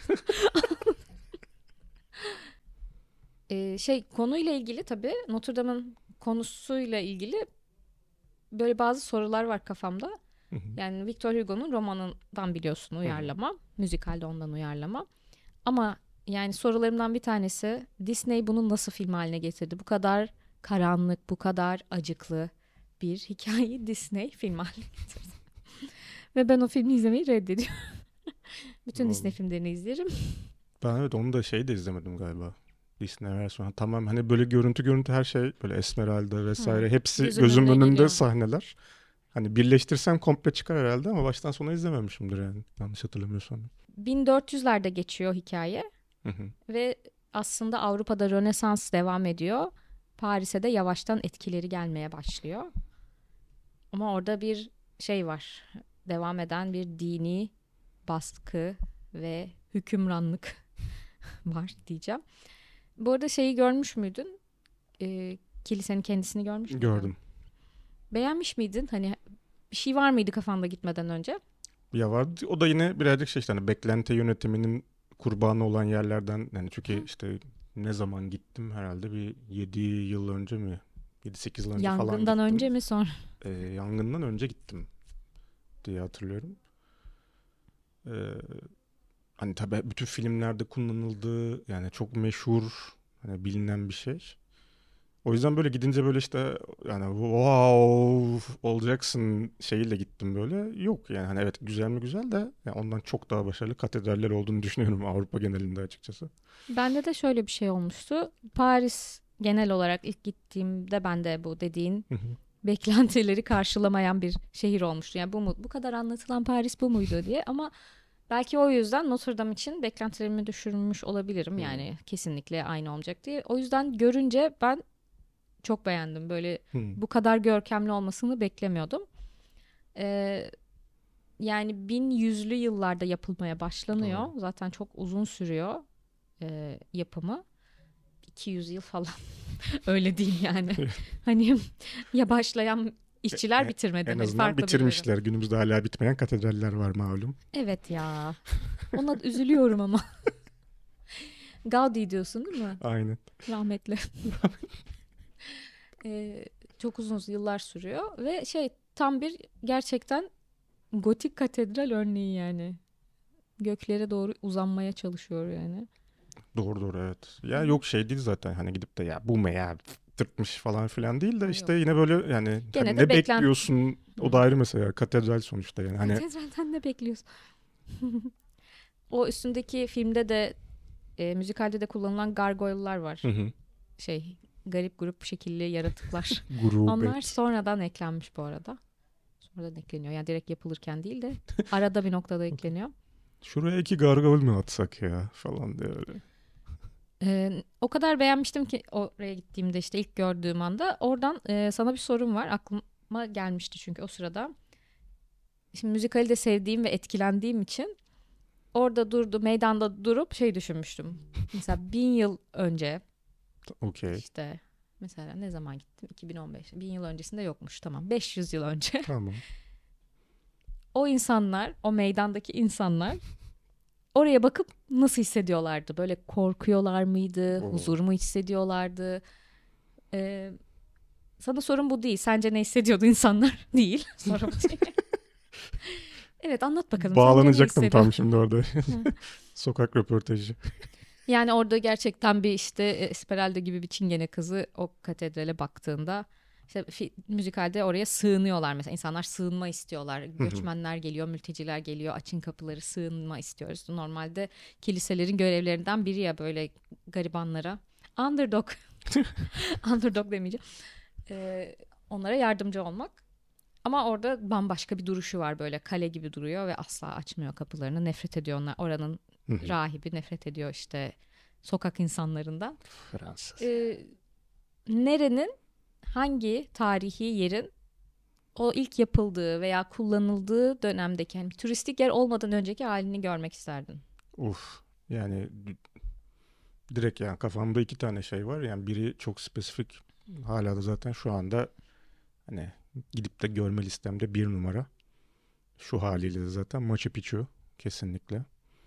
[SPEAKER 1] Ee, şey, konuyla ilgili tabii Notre Dame'ın konusuyla ilgili böyle bazı sorular var kafamda.
[SPEAKER 2] Hı hı.
[SPEAKER 1] Yani Victor Hugo'nun romanından biliyorsun,
[SPEAKER 2] Hı hı.
[SPEAKER 1] uyarlama. Müzikalde ondan uyarlama. Ama yani sorularımdan bir tanesi, Disney bunu nasıl film haline getirdi? Bu kadar karanlık, bu kadar acıklı bir hikayeyi Disney film haline getirdi. Ve ben o filmi izlemeyi reddediyorum. Bütün Disney
[SPEAKER 2] Vallahi.
[SPEAKER 1] filmlerini izlerim.
[SPEAKER 2] Ben evet onu da şey de izlemedim galiba. Disney versiyonu. Tamam hani böyle görüntü görüntü her şey böyle Esmeralda
[SPEAKER 1] Hmm.
[SPEAKER 2] vesaire hepsi
[SPEAKER 1] Gözümün
[SPEAKER 2] gözümün
[SPEAKER 1] önüne
[SPEAKER 2] önünde
[SPEAKER 1] geliyor.
[SPEAKER 2] sahneler. Hani birleştirsem komple çıkar herhalde ama baştan sona izlememişimdir yani. Yanlış hatırlamıyorsam.
[SPEAKER 1] bin dört yüzlerde geçiyor hikaye
[SPEAKER 2] Hı hı.
[SPEAKER 1] ve aslında Avrupa'da Rönesans devam ediyor. Paris'e de yavaştan etkileri gelmeye başlıyor. Ama orada bir şey var. Devam eden bir dini baskı ve hükümranlık var diyeceğim. Bu arada şeyi görmüş müydün? Ee, kilisenin kendisini görmüş müydün?
[SPEAKER 2] Gördüm.
[SPEAKER 1] Beğenmiş miydin? Hani bir şey var mıydı kafanda gitmeden önce?
[SPEAKER 2] Ya vardı. O da yine birazcık şey işte hani beklenti yönetiminin kurbanı olan yerlerden yani çünkü
[SPEAKER 1] Hı.
[SPEAKER 2] işte ne zaman gittim herhalde bir yedi yıl önce mi? yedi sekiz yıl önce falan
[SPEAKER 1] Yangından
[SPEAKER 2] gittim.
[SPEAKER 1] önce mi sonra?
[SPEAKER 2] Ee, yangından önce gittim diye hatırlıyorum. Ee, Hani tabii bütün filmlerde kullanıldığı yani çok meşhur hani bilinen bir şey. O yüzden böyle gidince böyle işte yani wow olacaksın şeyiyle gittim böyle. Yok yani hani evet güzel mi güzel de yani ondan çok daha başarılı katedraller olduğunu düşünüyorum Avrupa genelinde açıkçası.
[SPEAKER 1] Bende de şöyle bir şey olmuştu. Paris genel olarak ilk gittiğimde ben de bu dediğin
[SPEAKER 2] Hı hı.
[SPEAKER 1] beklentileri karşılamayan bir şehir olmuştu. Yani bu mu, bu kadar anlatılan Paris bu muydu diye, ama belki o yüzden Notre Dame için beklentilerimi düşürmüş olabilirim.
[SPEAKER 2] Hı.
[SPEAKER 1] Yani kesinlikle aynı olacak diye. O yüzden görünce ben çok beğendim. Böyle
[SPEAKER 2] Hı.
[SPEAKER 1] bu kadar görkemli olmasını beklemiyordum. Ee, yani bin yüzlü yıllarda yapılmaya başlanıyor.
[SPEAKER 2] Doğru.
[SPEAKER 1] Zaten çok uzun sürüyor e, yapımı. iki yüz yıl falan. Öyle diyeyim yani. Hani ya başlayan
[SPEAKER 2] E-
[SPEAKER 1] işçiler
[SPEAKER 2] e-
[SPEAKER 1] bitirmedi.
[SPEAKER 2] En
[SPEAKER 1] Hani
[SPEAKER 2] azından
[SPEAKER 1] farklı birileri.
[SPEAKER 2] bitirmişler. Günümüzde hala bitmeyen katedraller var malum.
[SPEAKER 1] Evet ya. Ona üzülüyorum ama. Gaudi diyorsun değil mi?
[SPEAKER 2] Aynen.
[SPEAKER 1] Rahmetli. Ee, çok uzun yıllar sürüyor ve şey, tam bir gerçekten gotik katedral örneği yani. Göklere doğru uzanmaya çalışıyor yani.
[SPEAKER 2] Doğru doğru evet.
[SPEAKER 1] Hı
[SPEAKER 2] Ya
[SPEAKER 1] hı.
[SPEAKER 2] yok şey değil zaten hani gidip de ya bu mu ya tırtmış falan filan değil de
[SPEAKER 1] Aa,
[SPEAKER 2] işte
[SPEAKER 1] yok.
[SPEAKER 2] yine böyle yani
[SPEAKER 1] Gene
[SPEAKER 2] hani
[SPEAKER 1] de
[SPEAKER 2] ne
[SPEAKER 1] beklent...
[SPEAKER 2] bekliyorsun
[SPEAKER 1] Hı
[SPEAKER 2] o da
[SPEAKER 1] hı.
[SPEAKER 2] ayrı mesela katedral sonuçta yani hani
[SPEAKER 1] Katedralden ne bekliyorsun? O üstündeki filmde de e, müzikalde de kullanılan gargoyle'lar var.
[SPEAKER 2] Hı hı.
[SPEAKER 1] Şey, garip grup şekilli yaratıklar.
[SPEAKER 2] Grubek.
[SPEAKER 1] Onlar sonradan eklenmiş bu arada. Sonradan ekleniyor. Yani direkt yapılırken değil de arada bir noktada ekleniyor.
[SPEAKER 2] Şuraya iki gargoyle mi atsak ya falan diye öyle.
[SPEAKER 1] Ee, o kadar beğenmiştim ki oraya gittiğimde işte ilk gördüğüm anda. Oradan e, sana bir sorum var. Aklıma gelmişti çünkü o sırada. Şimdi müzikali de sevdiğim ve etkilendiğim için orada durdu, meydanda durup şey düşünmüştüm. Mesela bin yıl önce
[SPEAKER 2] Okey.
[SPEAKER 1] işte mesela ne zaman gittim? iki bin on beş. Bin yıl öncesinde yokmuş, tamam. beş yüz yıl önce.
[SPEAKER 2] Tamam.
[SPEAKER 1] O insanlar, o meydandaki insanlar oraya bakıp nasıl hissediyorlardı? Böyle korkuyorlar mıydı?
[SPEAKER 2] Oo.
[SPEAKER 1] Huzur mu hissediyorlardı? Ee, sana sorun bu değil. Sence ne hissediyordu insanlar? Değil. Sorun değil. Evet, anlat bakalım.
[SPEAKER 2] Bağlanacaktım
[SPEAKER 1] Sence ne
[SPEAKER 2] tam şimdi orada. Sokak röportajı.
[SPEAKER 1] Yani orada gerçekten bir işte Esmeralda gibi bir Çingene kızı o katedrale baktığında işte fi- müzikalde oraya sığınıyorlar mesela. İnsanlar sığınma istiyorlar. Göçmenler geliyor, mülteciler geliyor. Açın kapıları, sığınma istiyoruz. Normalde kiliselerin görevlerinden biri ya böyle garibanlara. Underdog. Underdog demeyeceğim. Ee, onlara yardımcı olmak. Ama orada bambaşka bir duruşu var, böyle kale gibi duruyor ve asla açmıyor kapılarını. Nefret ediyor onlar. Oranın rahibi nefret ediyor işte sokak insanlarından.
[SPEAKER 2] Fransız.
[SPEAKER 1] Ee, nerenin, hangi tarihi yerin o ilk yapıldığı veya kullanıldığı dönemdeki, yani turistik yer olmadan önceki halini görmek isterdin?
[SPEAKER 2] Uf. Yani direkt yani kafamda iki tane şey var. Yani biri çok spesifik. Hala da zaten şu anda hani gidip de görme listemde bir numara. Şu haliyle de zaten Machu Picchu kesinlikle.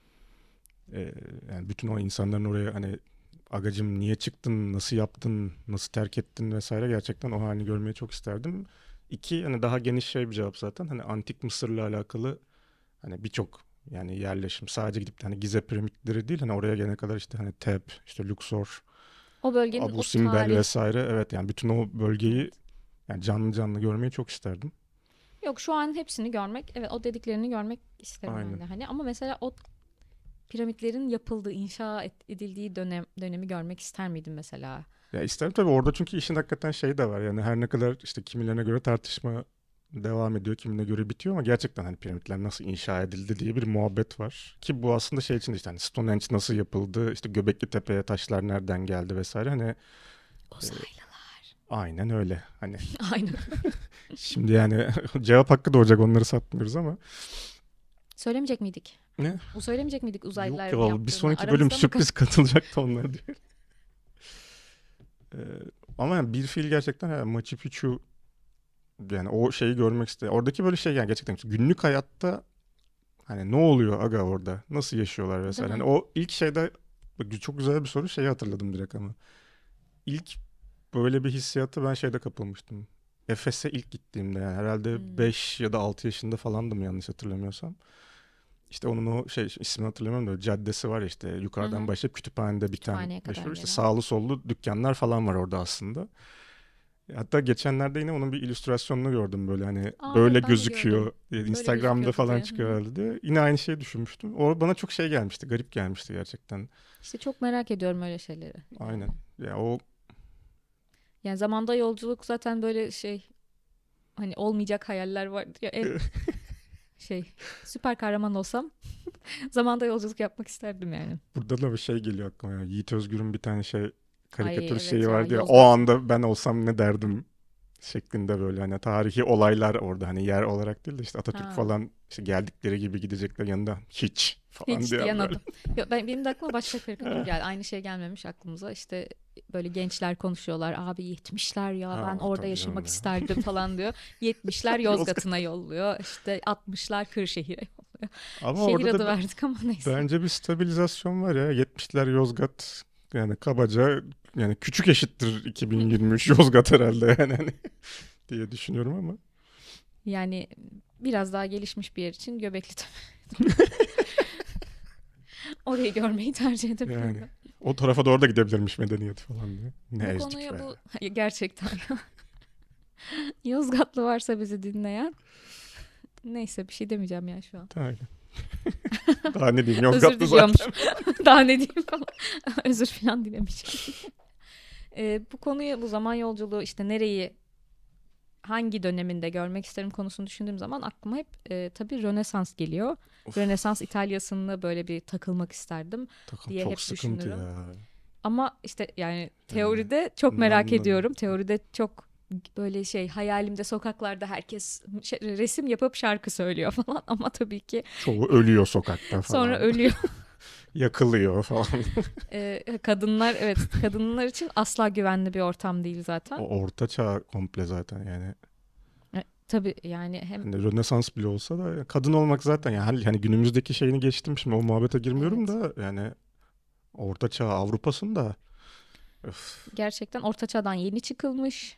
[SPEAKER 2] Ee, yani bütün o insanların oraya hani agacım niye çıktın, nasıl yaptın, nasıl terk ettin vesaire, gerçekten o halini görmeyi çok isterdim. İki, hani daha geniş şey bir cevap zaten. Hani antik Mısır'la alakalı hani birçok yani yerleşim, sadece gidip de hani Gize piramitleri değil, hani oraya gelene kadar işte hani Tep, işte Luxor,
[SPEAKER 1] O bölgenin
[SPEAKER 2] Abu
[SPEAKER 1] o
[SPEAKER 2] Simbel
[SPEAKER 1] tarih.
[SPEAKER 2] vesaire, evet yani bütün o bölgeyi
[SPEAKER 1] Evet.
[SPEAKER 2] yani canlı canlı görmeyi çok isterdim.
[SPEAKER 1] Yok, şu an hepsini görmek, evet, o dediklerini görmek isterim ben
[SPEAKER 2] Aynen.
[SPEAKER 1] de hani, ama mesela o piramitlerin yapıldığı, inşa et- edildiği dönem dönemi görmek ister miydin mesela?
[SPEAKER 2] Ya isterim tabii orada, çünkü işin hakikaten şeyi de var. Yani her ne kadar işte kimilerine göre tartışma devam ediyor, kimine göre bitiyor, ama gerçekten hani piramitler nasıl inşa edildi diye bir muhabbet var. Ki bu aslında şey için de işte hani Stonehenge nasıl yapıldı, işte Göbekli Tepe'ye taşlar nereden geldi vesaire, hani
[SPEAKER 1] Uzaylılar.
[SPEAKER 2] aynen öyle. Hani
[SPEAKER 1] Aynen.
[SPEAKER 2] şimdi yani cevap hakkı doğacak, onları satmıyoruz ama.
[SPEAKER 1] Söylemeyecek miydik?
[SPEAKER 2] Ne?
[SPEAKER 1] Bu söylemeyecek miydik uzaylılar
[SPEAKER 2] Yok ya, bir
[SPEAKER 1] yaptığını?
[SPEAKER 2] sonraki bölüm
[SPEAKER 1] Aramızda mı
[SPEAKER 2] sürpriz katılacaktı onlar diyor. Ee, ama yani bir fiil gerçekten yani Machu Picchu, yani o şeyi görmek istedim. Oradaki böyle şey, yani gerçekten günlük hayatta hani ne oluyor aga orada? Nasıl yaşıyorlar
[SPEAKER 1] Değil
[SPEAKER 2] vesaire. Hani
[SPEAKER 1] mi?
[SPEAKER 2] o ilk şeyde bak, çok güzel bir soru, şeyi hatırladım direkt ama. İlk böyle bir hissiyatı ben şeyde kapılmıştım. Efes'e ilk gittiğimde, yani herhalde
[SPEAKER 1] Hmm.
[SPEAKER 2] beş ya da altı yaşında falandım yanlış hatırlamıyorsam. İşte onun o şey, ismini hatırlamıyorum da, caddesi var ya, işte
[SPEAKER 1] Hı
[SPEAKER 2] yukarıdan
[SPEAKER 1] hı.
[SPEAKER 2] başlayıp kütüphanede biten
[SPEAKER 1] Kütüphaneye kadar
[SPEAKER 2] meşhur, işte
[SPEAKER 1] gelen.
[SPEAKER 2] sağlı sollu dükkanlar falan var orada aslında. Hatta geçenlerde yine onun bir illüstrasyonunu gördüm, böyle hani
[SPEAKER 1] Aa,
[SPEAKER 2] böyle
[SPEAKER 1] evet, ben de
[SPEAKER 2] gözüküyor.
[SPEAKER 1] gördüm.
[SPEAKER 2] e,
[SPEAKER 1] Böyle
[SPEAKER 2] Instagram'da
[SPEAKER 1] gözüküyordu
[SPEAKER 2] falan
[SPEAKER 1] diye. Hı
[SPEAKER 2] çıkıyor
[SPEAKER 1] hı.
[SPEAKER 2] herhalde diye. Yine aynı şeyi düşünmüştüm. O bana çok şey gelmişti, garip gelmişti gerçekten.
[SPEAKER 1] İşte çok merak ediyorum öyle şeyleri.
[SPEAKER 2] Aynen.
[SPEAKER 1] Yani.
[SPEAKER 2] Ya o
[SPEAKER 1] Yani zamanda yolculuk zaten böyle şey, hani olmayacak hayaller var ya, en şey, süper kahraman olsam zamanda yolculuk yapmak isterdim yani.
[SPEAKER 2] burada da bir şey geliyor aklıma ya. Yiğit Özgür'ün bir tane şey,
[SPEAKER 1] Ay
[SPEAKER 2] karikatür şeyi
[SPEAKER 1] evet ya,
[SPEAKER 2] vardı ya. O
[SPEAKER 1] Yozgat.
[SPEAKER 2] anda ben olsam ne derdim şeklinde, böyle hani tarihi olaylar orada, hani yer olarak değil de işte Atatürk
[SPEAKER 1] Ha.
[SPEAKER 2] falan, işte geldikleri gibi gidecekler, yanında hiç falan
[SPEAKER 1] Hiç diyen
[SPEAKER 2] diyen böyle.
[SPEAKER 1] adam. Yo, ben, benim de aklıma başka karikatür geldi. Aynı şey gelmemiş aklımıza. İşte böyle gençler konuşuyorlar. Abi yetmişler ya, ben
[SPEAKER 2] Ha
[SPEAKER 1] orada
[SPEAKER 2] tabii canım
[SPEAKER 1] yaşamak
[SPEAKER 2] ya.
[SPEAKER 1] isterdim falan diyor. yetmişler
[SPEAKER 2] Yozgat.
[SPEAKER 1] Yozgat'ına yolluyor. İşte altmışlar Kırşehir'e yolluyor.
[SPEAKER 2] Ama
[SPEAKER 1] Şehir
[SPEAKER 2] orada
[SPEAKER 1] adı
[SPEAKER 2] da b-
[SPEAKER 1] verdik ama neyse.
[SPEAKER 2] bence bir stabilizasyon var ya. yetmişler Yozgat, yani kabaca yani küçük eşittir iki bin yirmi üç Yozgat herhalde yani hani diye düşünüyorum ama.
[SPEAKER 1] Yani biraz daha gelişmiş bir yer için Göbekli Tepe. Orayı görmeyi tercih
[SPEAKER 2] Yani
[SPEAKER 1] edebilirdim.
[SPEAKER 2] o tarafa doğru da gidebilirmiş medeniyet falan diye. Ne
[SPEAKER 1] Bu
[SPEAKER 2] ezdik
[SPEAKER 1] konuya
[SPEAKER 2] be.
[SPEAKER 1] bu gerçekten Yozgatlı varsa bizi dinleyen, neyse bir şey demeyeceğim ya şu an.
[SPEAKER 2] Aynen. Daha ne diyeyim,
[SPEAKER 1] Özür
[SPEAKER 2] Yozgatlı
[SPEAKER 1] diliyormuş.
[SPEAKER 2] zaten.
[SPEAKER 1] Daha ne diyeyim falan. Özür falan dilemeyeceğim. Ee, bu konuyu, bu zaman yolculuğu işte nereyi, hangi döneminde görmek isterim konusunu düşündüğüm zaman aklıma hep e, tabii Rönesans geliyor.
[SPEAKER 2] Of.
[SPEAKER 1] Rönesans İtalya'sında böyle bir takılmak isterdim
[SPEAKER 2] Takım
[SPEAKER 1] diye
[SPEAKER 2] çok
[SPEAKER 1] hep
[SPEAKER 2] sıkıntı
[SPEAKER 1] düşünürüm.
[SPEAKER 2] ya.
[SPEAKER 1] Ama işte yani teoride çok merak
[SPEAKER 2] Anladım.
[SPEAKER 1] ediyorum. Teoride çok böyle şey, hayalimde sokaklarda herkes şey- resim yapıp şarkı söylüyor falan ama tabii ki
[SPEAKER 2] Çoğu ölüyor sokakta falan.
[SPEAKER 1] sonra ölüyor.
[SPEAKER 2] Yakılıyor falan.
[SPEAKER 1] Ee, kadınlar, evet, kadınlar için asla güvenli bir ortam değil zaten.
[SPEAKER 2] O orta çağ komple zaten yani.
[SPEAKER 1] E, tabii yani hem
[SPEAKER 2] Hani Rönesans bile olsa da kadın olmak zaten yani hani günümüzdeki şeyini geçtim, şimdi o muhabbete girmiyorum
[SPEAKER 1] evet,
[SPEAKER 2] da yani orta çağ Avrupa'sında öf.
[SPEAKER 1] gerçekten orta çağdan yeni çıkılmış,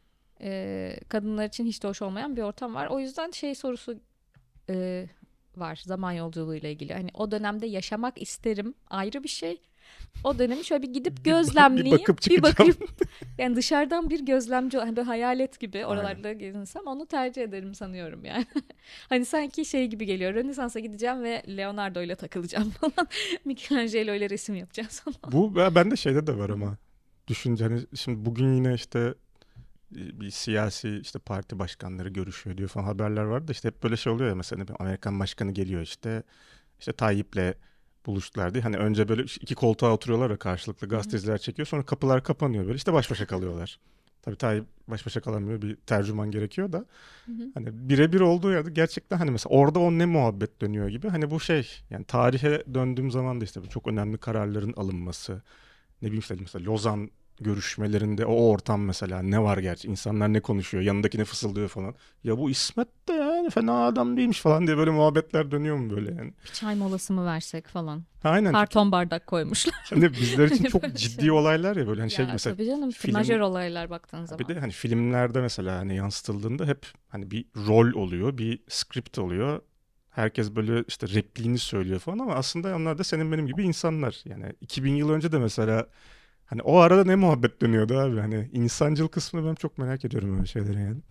[SPEAKER 1] e, kadınlar için hiç de hoş olmayan bir ortam var. O yüzden şey sorusu e, var zaman yolculuğuyla ilgili. Hani o dönemde yaşamak isterim, ayrı bir şey. O dönemi şöyle bir gidip
[SPEAKER 2] Bir, ba- bir
[SPEAKER 1] gözlemleyeyim,
[SPEAKER 2] bakıp
[SPEAKER 1] bir
[SPEAKER 2] çıkacağım.
[SPEAKER 1] bakayım. Yani dışarıdan bir gözlemci, hani bir hayalet gibi
[SPEAKER 2] Aynen.
[SPEAKER 1] oralarda gezinsem onu tercih ederim sanıyorum yani. Hani sanki şey gibi geliyor. Rönesans'a gideceğim ve Leonardo ile takılacağım falan. Michelangelo ile resim yapacağız falan.
[SPEAKER 2] Bu ben ben de şeyde de var ama düşünce hani şimdi bugün yine işte e, bir siyasi işte parti başkanları görüşüyor diyor falan haberler var da işte hep böyle şey oluyor ya, mesela bir Amerikan başkanı geliyor işte işte Tayyip'le buluştular diye, hani önce böyle iki koltuğa oturuyorlar ya karşılıklı, gazeteciler çekiyor, sonra kapılar kapanıyor böyle işte baş başa kalıyorlar. Tabii Tayyip baş başa kalamıyor, bir tercüman gerekiyor da hani birebir olduğu yerde gerçekten hani mesela orada o ne muhabbet dönüyor gibi, hani bu şey yani tarihe döndüğüm zaman da işte çok önemli kararların alınması, ne bileyim işte mesela Lozan görüşmelerinde o ortam mesela ne var gerçi, insanlar ne konuşuyor, yanındaki ne fısıldıyor falan. Ya bu İsmet de yani fena adam değilmiş falan diye böyle muhabbetler dönüyor mu böyle yani.
[SPEAKER 1] Bir çay molası mı versek falan.
[SPEAKER 2] Aynen, çünkü
[SPEAKER 1] Karton bardak koymuşlar.
[SPEAKER 2] hani bizler için
[SPEAKER 1] Hani
[SPEAKER 2] çok
[SPEAKER 1] böyle
[SPEAKER 2] ciddi
[SPEAKER 1] şey.
[SPEAKER 2] olaylar ya böyle, hani şey
[SPEAKER 1] Ya
[SPEAKER 2] mesela
[SPEAKER 1] tabii canım,
[SPEAKER 2] film,
[SPEAKER 1] majör olaylar baktığın
[SPEAKER 2] bir
[SPEAKER 1] zaman.
[SPEAKER 2] de hani filmlerde mesela hani yansıtıldığında hep hani bir rol oluyor, bir script oluyor. Herkes böyle işte repliğini söylüyor falan ama aslında onlar da senin benim gibi insanlar. Yani iki bin yıl önce de mesela hani o arada ne muhabbet dönüyordu abi? Hani insancıl kısmını ben çok merak ediyorum öyle şeyleri yani.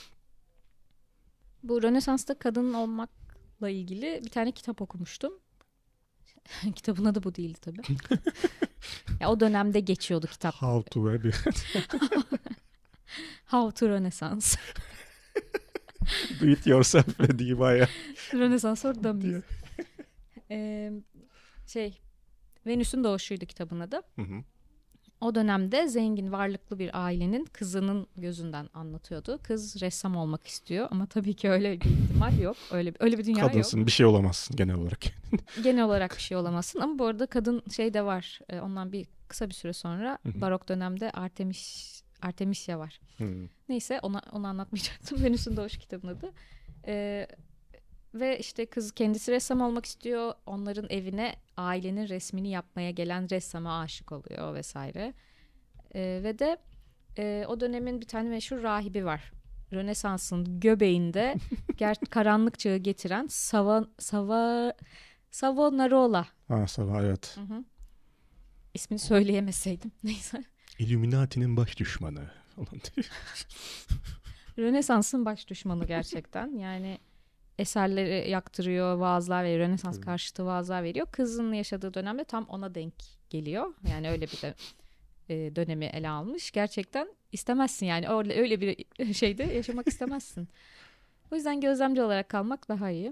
[SPEAKER 1] Bu Rönesans'ta kadın olmakla ilgili bir tane kitap okumuştum. Kitabın adı bu değildi tabii. Ya o dönemde geçiyordu kitap.
[SPEAKER 2] How to be bir
[SPEAKER 1] How to Rönesans.
[SPEAKER 2] do it yourself dediği bayağı
[SPEAKER 1] Rönesans orada
[SPEAKER 2] diye.
[SPEAKER 1] mıyız? Ee, şey, Venüs'ün Doğuşu'ydu kitabın adı.
[SPEAKER 2] Hı hı.
[SPEAKER 1] O dönemde zengin, varlıklı bir ailenin kızının gözünden anlatıyordu. Kız ressam olmak istiyor ama tabii ki öyle bir ihtimal yok. Öyle öyle bir dünya yok.
[SPEAKER 2] Kadınsın, bir şey olamazsın genel olarak.
[SPEAKER 1] Genel olarak bir şey olamazsın ama bu arada kadın şey de var. E, ondan bir kısa bir süre sonra
[SPEAKER 2] Hı hı.
[SPEAKER 1] barok dönemde Artemis Artemisia var.
[SPEAKER 2] Hı.
[SPEAKER 1] Neyse ona, onu anlatmayacaktım. Venüs'ün Doğuşu kitabın adı. Ee, ve işte kız kendisi ressam olmak istiyor. Onların evine ailenin resmini yapmaya gelen ressama aşık oluyor vesaire. Ee, ve de e, o dönemin bir tane meşhur rahibi var. Rönesans'ın göbeğinde ger- karanlık çağı getiren Sava, Sava, Savonarola.
[SPEAKER 2] Ha sabah evet.
[SPEAKER 1] Hı hı. İsmini söyleyemeseydim. Neyse.
[SPEAKER 2] Illuminati'nin baş düşmanı falan diye.
[SPEAKER 1] Rönesans'ın baş düşmanı gerçekten. Yani eserleri yaktırıyor, vaazlar veriyor. Rönesans
[SPEAKER 2] Tabii.
[SPEAKER 1] karşıtı vaazlar veriyor. Kızın yaşadığı dönemde tam ona denk geliyor. Yani öyle bir de e, dönemi ele almış. Gerçekten istemezsin yani. Öyle, öyle bir şeyde yaşamak istemezsin. O yüzden gözlemci olarak kalmak daha iyi.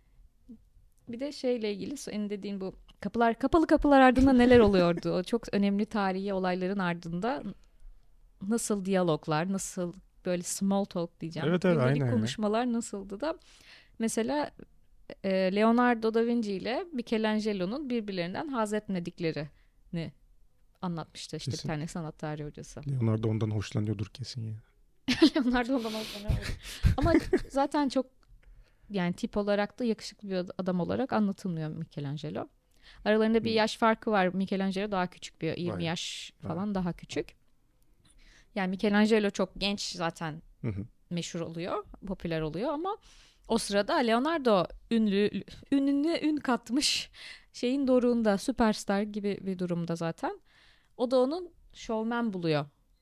[SPEAKER 1] Bir de şeyle ilgili senin dediğin bu kapılar, kapalı kapılar ardında neler oluyordu? O çok önemli tarihi olayların ardında nasıl diyaloglar, nasıl böyle small talk diyeceğim.
[SPEAKER 2] Evet evet
[SPEAKER 1] Gündelik
[SPEAKER 2] aynen ya.
[SPEAKER 1] konuşmalar nasıldı da mesela e, Leonardo da Vinci ile Michelangelo'nun birbirlerinden haz etmediklerini anlatmıştı işte
[SPEAKER 2] Kesin.
[SPEAKER 1] bir tane sanat tarihi hocası.
[SPEAKER 2] Leonardo ondan hoşlanıyordur kesin ya.
[SPEAKER 1] Leonardo ondan hoşlanıyor. Ama zaten çok yani tip olarak da yakışıklı bir adam olarak anlatılmıyor Michelangelo. Aralarında bir
[SPEAKER 2] Hı.
[SPEAKER 1] yaş farkı var. Michelangelo daha küçük, bir yirmi
[SPEAKER 2] Vay.
[SPEAKER 1] yaş
[SPEAKER 2] Vay.
[SPEAKER 1] falan daha küçük. Yani Michelangelo çok genç zaten
[SPEAKER 2] Hı hı.
[SPEAKER 1] meşhur oluyor, popüler oluyor ama o sırada Leonardo ünlü, ününe ün katmış şeyin doruğunda, süperstar gibi bir durumda zaten. O da onun şovmen buluyor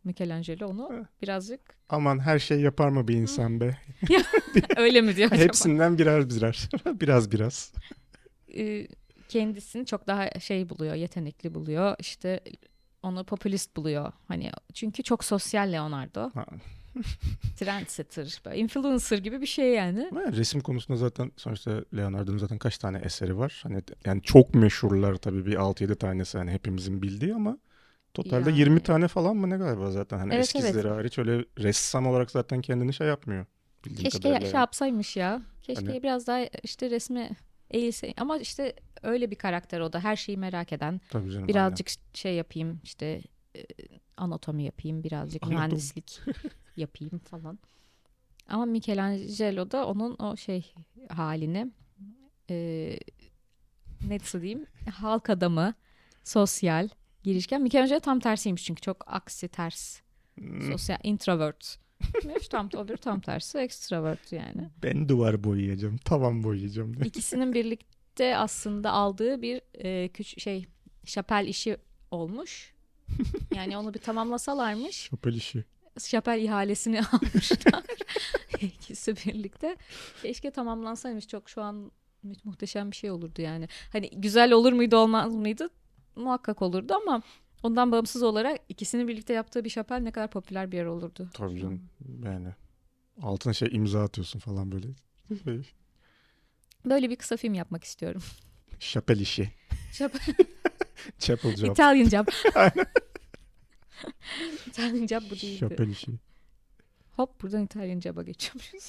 [SPEAKER 1] Michelangelo onu birazcık...
[SPEAKER 2] Aman her şey yapar mı bir insan be?
[SPEAKER 1] Öyle mi diyor acaba?
[SPEAKER 2] Hepsinden birer birer. biraz biraz.
[SPEAKER 1] Ee, kendisini çok daha şey buluyor, yetenekli buluyor. İşte onu popülist buluyor. Hani çünkü çok sosyal Leonardo.
[SPEAKER 2] Ha.
[SPEAKER 1] Trendsetter, influencer gibi bir şey yani.
[SPEAKER 2] Yani resim konusunda zaten sonuçta Leonardo'nun zaten kaç tane eseri var? Hani yani çok meşhurlar tabii, bir altı yedi tanesi hani hepimizin bildiği, ama totalde
[SPEAKER 1] Yani.
[SPEAKER 2] yirmi tane falan mı ne galiba zaten, hani
[SPEAKER 1] Evet,
[SPEAKER 2] eskizleri
[SPEAKER 1] evet.
[SPEAKER 2] hariç öyle ressam olarak zaten kendini şey yapmıyor. Bildiğim
[SPEAKER 1] Keşke
[SPEAKER 2] kadarıyla
[SPEAKER 1] şey
[SPEAKER 2] yani.
[SPEAKER 1] yapsaymış ya. Keşke
[SPEAKER 2] Hani-
[SPEAKER 1] biraz daha işte resme eğilse. Ama işte öyle bir karakter o da. Her şeyi merak eden.
[SPEAKER 2] Tabii canım,
[SPEAKER 1] Birazcık şey yapayım işte e, anatomi yapayım, birazcık
[SPEAKER 2] Anatomi.
[SPEAKER 1] mühendislik yapayım falan. Ama Michelangelo da onun o şey halini e, nasıl diyeyim, halk adamı, sosyal, girişken. Michelangelo tam tersiymiş çünkü çok aksi, ters.
[SPEAKER 2] aynen.
[SPEAKER 1] Sosyal, introvert. tam o bir tam tersi extrovert yani.
[SPEAKER 2] Ben duvar boyayacağım, tavan boyayacağım diye.
[SPEAKER 1] İkisinin birlikte aslında aldığı bir e, küçük şey şapel işi olmuş. Yani onu bir tamamlasalarmış.
[SPEAKER 2] Şapel işi.
[SPEAKER 1] Şapel ihalesini almışlar. İkisi birlikte. Keşke tamamlansaymış. Çok şu an mu- muhteşem bir şey olurdu yani. Hani güzel olur muydu olmaz mıydı? Muhakkak olurdu ama ondan bağımsız olarak ikisini birlikte yaptığı bir şapel ne kadar popüler bir yer olurdu.
[SPEAKER 2] Tabii canım yani. Altına şey imza atıyorsun falan böyle.
[SPEAKER 1] Böyle bir kısa film yapmak istiyorum.
[SPEAKER 2] Şapel işi.
[SPEAKER 1] Şapel.
[SPEAKER 2] Chapel job.
[SPEAKER 1] Italian job.
[SPEAKER 2] Aynen.
[SPEAKER 1] Italian job bu değildi.
[SPEAKER 2] Şapel işi.
[SPEAKER 1] Hop buradan İtalyan job'a geçiyormuşuz.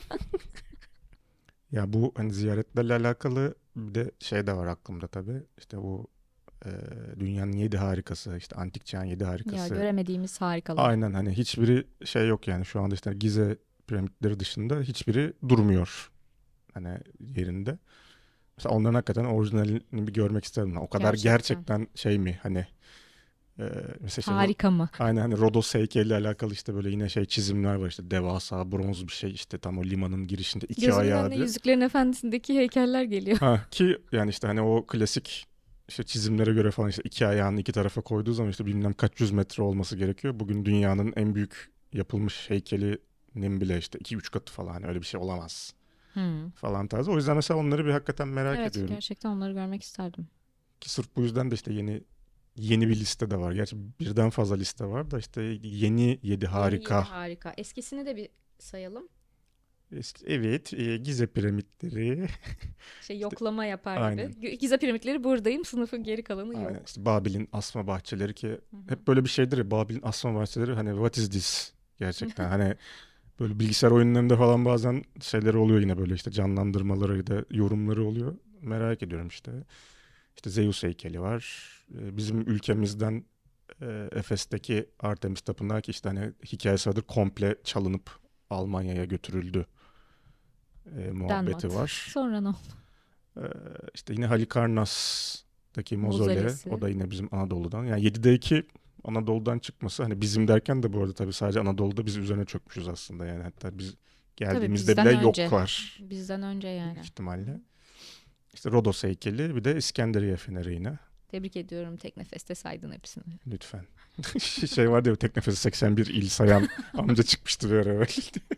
[SPEAKER 2] Ya bu hani ziyaretlerle alakalı bir de şey de var aklımda tabii. İşte bu e, dünyanın yedi harikası, işte antik çağın yedi
[SPEAKER 1] Ya
[SPEAKER 2] harikası.
[SPEAKER 1] göremediğimiz harikalar.
[SPEAKER 2] Aynen, hani hiçbiri şey yok yani şu anda, işte Gize piramitleri dışında hiçbiri durmuyor hani yerinde. Mesela onların hakikaten orijinalini bir görmek isterim. O kadar
[SPEAKER 1] Gerçekten.
[SPEAKER 2] gerçekten şey mi hani e, mesela işte bu-
[SPEAKER 1] Harika mı?
[SPEAKER 2] aynen hani Rodos heykeliyle alakalı işte böyle yine şey çizimler var, işte devasa bronz bir şey, işte tam o limanın girişinde iki
[SPEAKER 1] Gözümün
[SPEAKER 2] ayağı
[SPEAKER 1] önüne
[SPEAKER 2] diye.
[SPEAKER 1] Yüzüklerin Efendisi'ndeki heykeller geliyor.
[SPEAKER 2] Ha, ki yani işte hani o klasik işte çizimlere göre falan işte iki ayağını iki tarafa koyduğu zaman işte bilmem kaç yüz metre olması gerekiyor. Bugün dünyanın en büyük yapılmış heykelinin bile işte iki üç katı falan, hani öyle bir şey olamaz
[SPEAKER 1] Hmm.
[SPEAKER 2] falan tarzı. O yüzden mesela onları bir hakikaten merak
[SPEAKER 1] Evet,
[SPEAKER 2] ediyorum.
[SPEAKER 1] gerçekten onları görmek isterdim.
[SPEAKER 2] Ki sırf bu yüzden de işte yeni yeni bir liste de var. Gerçi birden fazla liste var da işte yeni yedi harika.
[SPEAKER 1] Yeni yedi harika. Eskisini de bir sayalım.
[SPEAKER 2] İşte evet, e, Gize piramitleri.
[SPEAKER 1] Şey yoklama yapar
[SPEAKER 2] aynen.
[SPEAKER 1] gibi. Gize piramitleri buradayım. Sınıfın geri kalanı yok.
[SPEAKER 2] Aynen. İşte Babil'in asma bahçeleri, ki
[SPEAKER 1] Hı hı.
[SPEAKER 2] hep böyle bir şeydir ya, Babil'in asma bahçeleri, hani what is this gerçekten. Hani böyle bilgisayar oyunlarında falan bazen şeyleri oluyor, yine böyle işte canlandırmaları da yorumları oluyor. Merak ediyorum işte. İşte Zeus heykeli var. Ee, Bizim ülkemizden e, Efes'teki Artemis Tapınağı, ki işte hani hikayesi adı komple çalınıp Almanya'ya götürüldü e, muhabbeti
[SPEAKER 1] Denmat.
[SPEAKER 2] var.
[SPEAKER 1] Sonra ne oldu?
[SPEAKER 2] Ee, işte yine Halikarnas'taki mozole,
[SPEAKER 1] Mozolesi.
[SPEAKER 2] o da yine bizim Anadolu'dan. Yani yedide iki Anadolu'dan çıkması, hani bizim derken de bu arada tabii sadece Anadolu'da biz üzerine çökmüşüz aslında, yani hatta biz geldiğimizde
[SPEAKER 1] bizden
[SPEAKER 2] bile
[SPEAKER 1] önce.
[SPEAKER 2] yoklar
[SPEAKER 1] Bizden önce yani.
[SPEAKER 2] büyük ihtimalle. İşte Rodos heykeli, bir de İskenderiye feneri yine.
[SPEAKER 1] Tebrik ediyorum. Teknofest'te saydın hepsini.
[SPEAKER 2] Lütfen. Şey vardı ya, Teknofest'e seksen bir il sayan amca çıkmıştı bir ara böyle.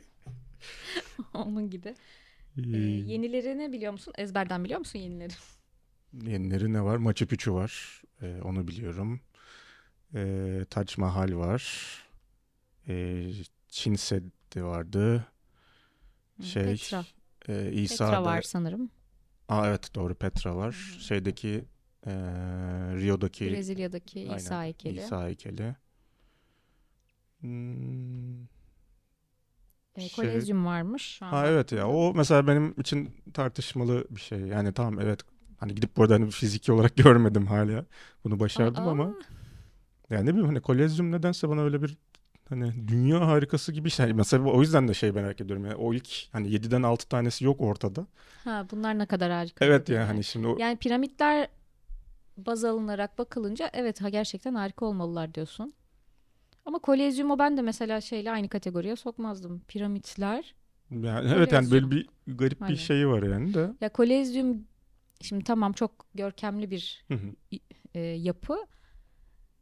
[SPEAKER 1] Onun gibi. Ee,
[SPEAKER 2] Ee,
[SPEAKER 1] yenilerini biliyor musun? Ezberden biliyor musun yenileri?
[SPEAKER 2] Yenileri ne var? Machu Picchu var. Ee, onu biliyorum. Ee, Tac Mahal var. Ee, Çin Seddi vardı. Şey,
[SPEAKER 1] Petra.
[SPEAKER 2] e,
[SPEAKER 1] Petra
[SPEAKER 2] İsa'da.
[SPEAKER 1] var sanırım.
[SPEAKER 2] Aa, evet doğru, Petra var.
[SPEAKER 1] Hı hı.
[SPEAKER 2] Şeydeki e, Rio'daki
[SPEAKER 1] Brezilya'daki İsa
[SPEAKER 2] aynen,
[SPEAKER 1] heykeli.
[SPEAKER 2] İsa heykeli. Hmm,
[SPEAKER 1] E,
[SPEAKER 2] şey.
[SPEAKER 1] Kolezyum varmış. Şu an
[SPEAKER 2] Ha evet ya,
[SPEAKER 1] baktığımda.
[SPEAKER 2] o mesela benim için tartışmalı bir şey. Yani tamam, evet, hani gidip burada hani fiziki olarak görmedim hala. Bunu başardım
[SPEAKER 1] Aa,
[SPEAKER 2] ama yani ne bileyim, hani Kolezyum nedense bana öyle bir hani dünya harikası gibi şey. Mesela o yüzden de şey merak ediyorum. Yani o ilk hani yediden altı tanesi yok ortada.
[SPEAKER 1] ha, bunlar ne kadar harika
[SPEAKER 2] Evet
[SPEAKER 1] diye.
[SPEAKER 2] ya, hani şimdi o
[SPEAKER 1] Yani piramitler baz alınarak bakılınca evet ha gerçekten harika olmalılar diyorsun. Ama Kolezyum'u ben de mesela şeyle aynı kategoriye sokmazdım. Piramitler,
[SPEAKER 2] yani evet, yani
[SPEAKER 1] Kolezyum.
[SPEAKER 2] böyle bir garip bir
[SPEAKER 1] Hani.
[SPEAKER 2] şeyi var yani de.
[SPEAKER 1] Ya Kolezyum şimdi tamam çok görkemli bir
[SPEAKER 2] Hı hı.
[SPEAKER 1] e, yapı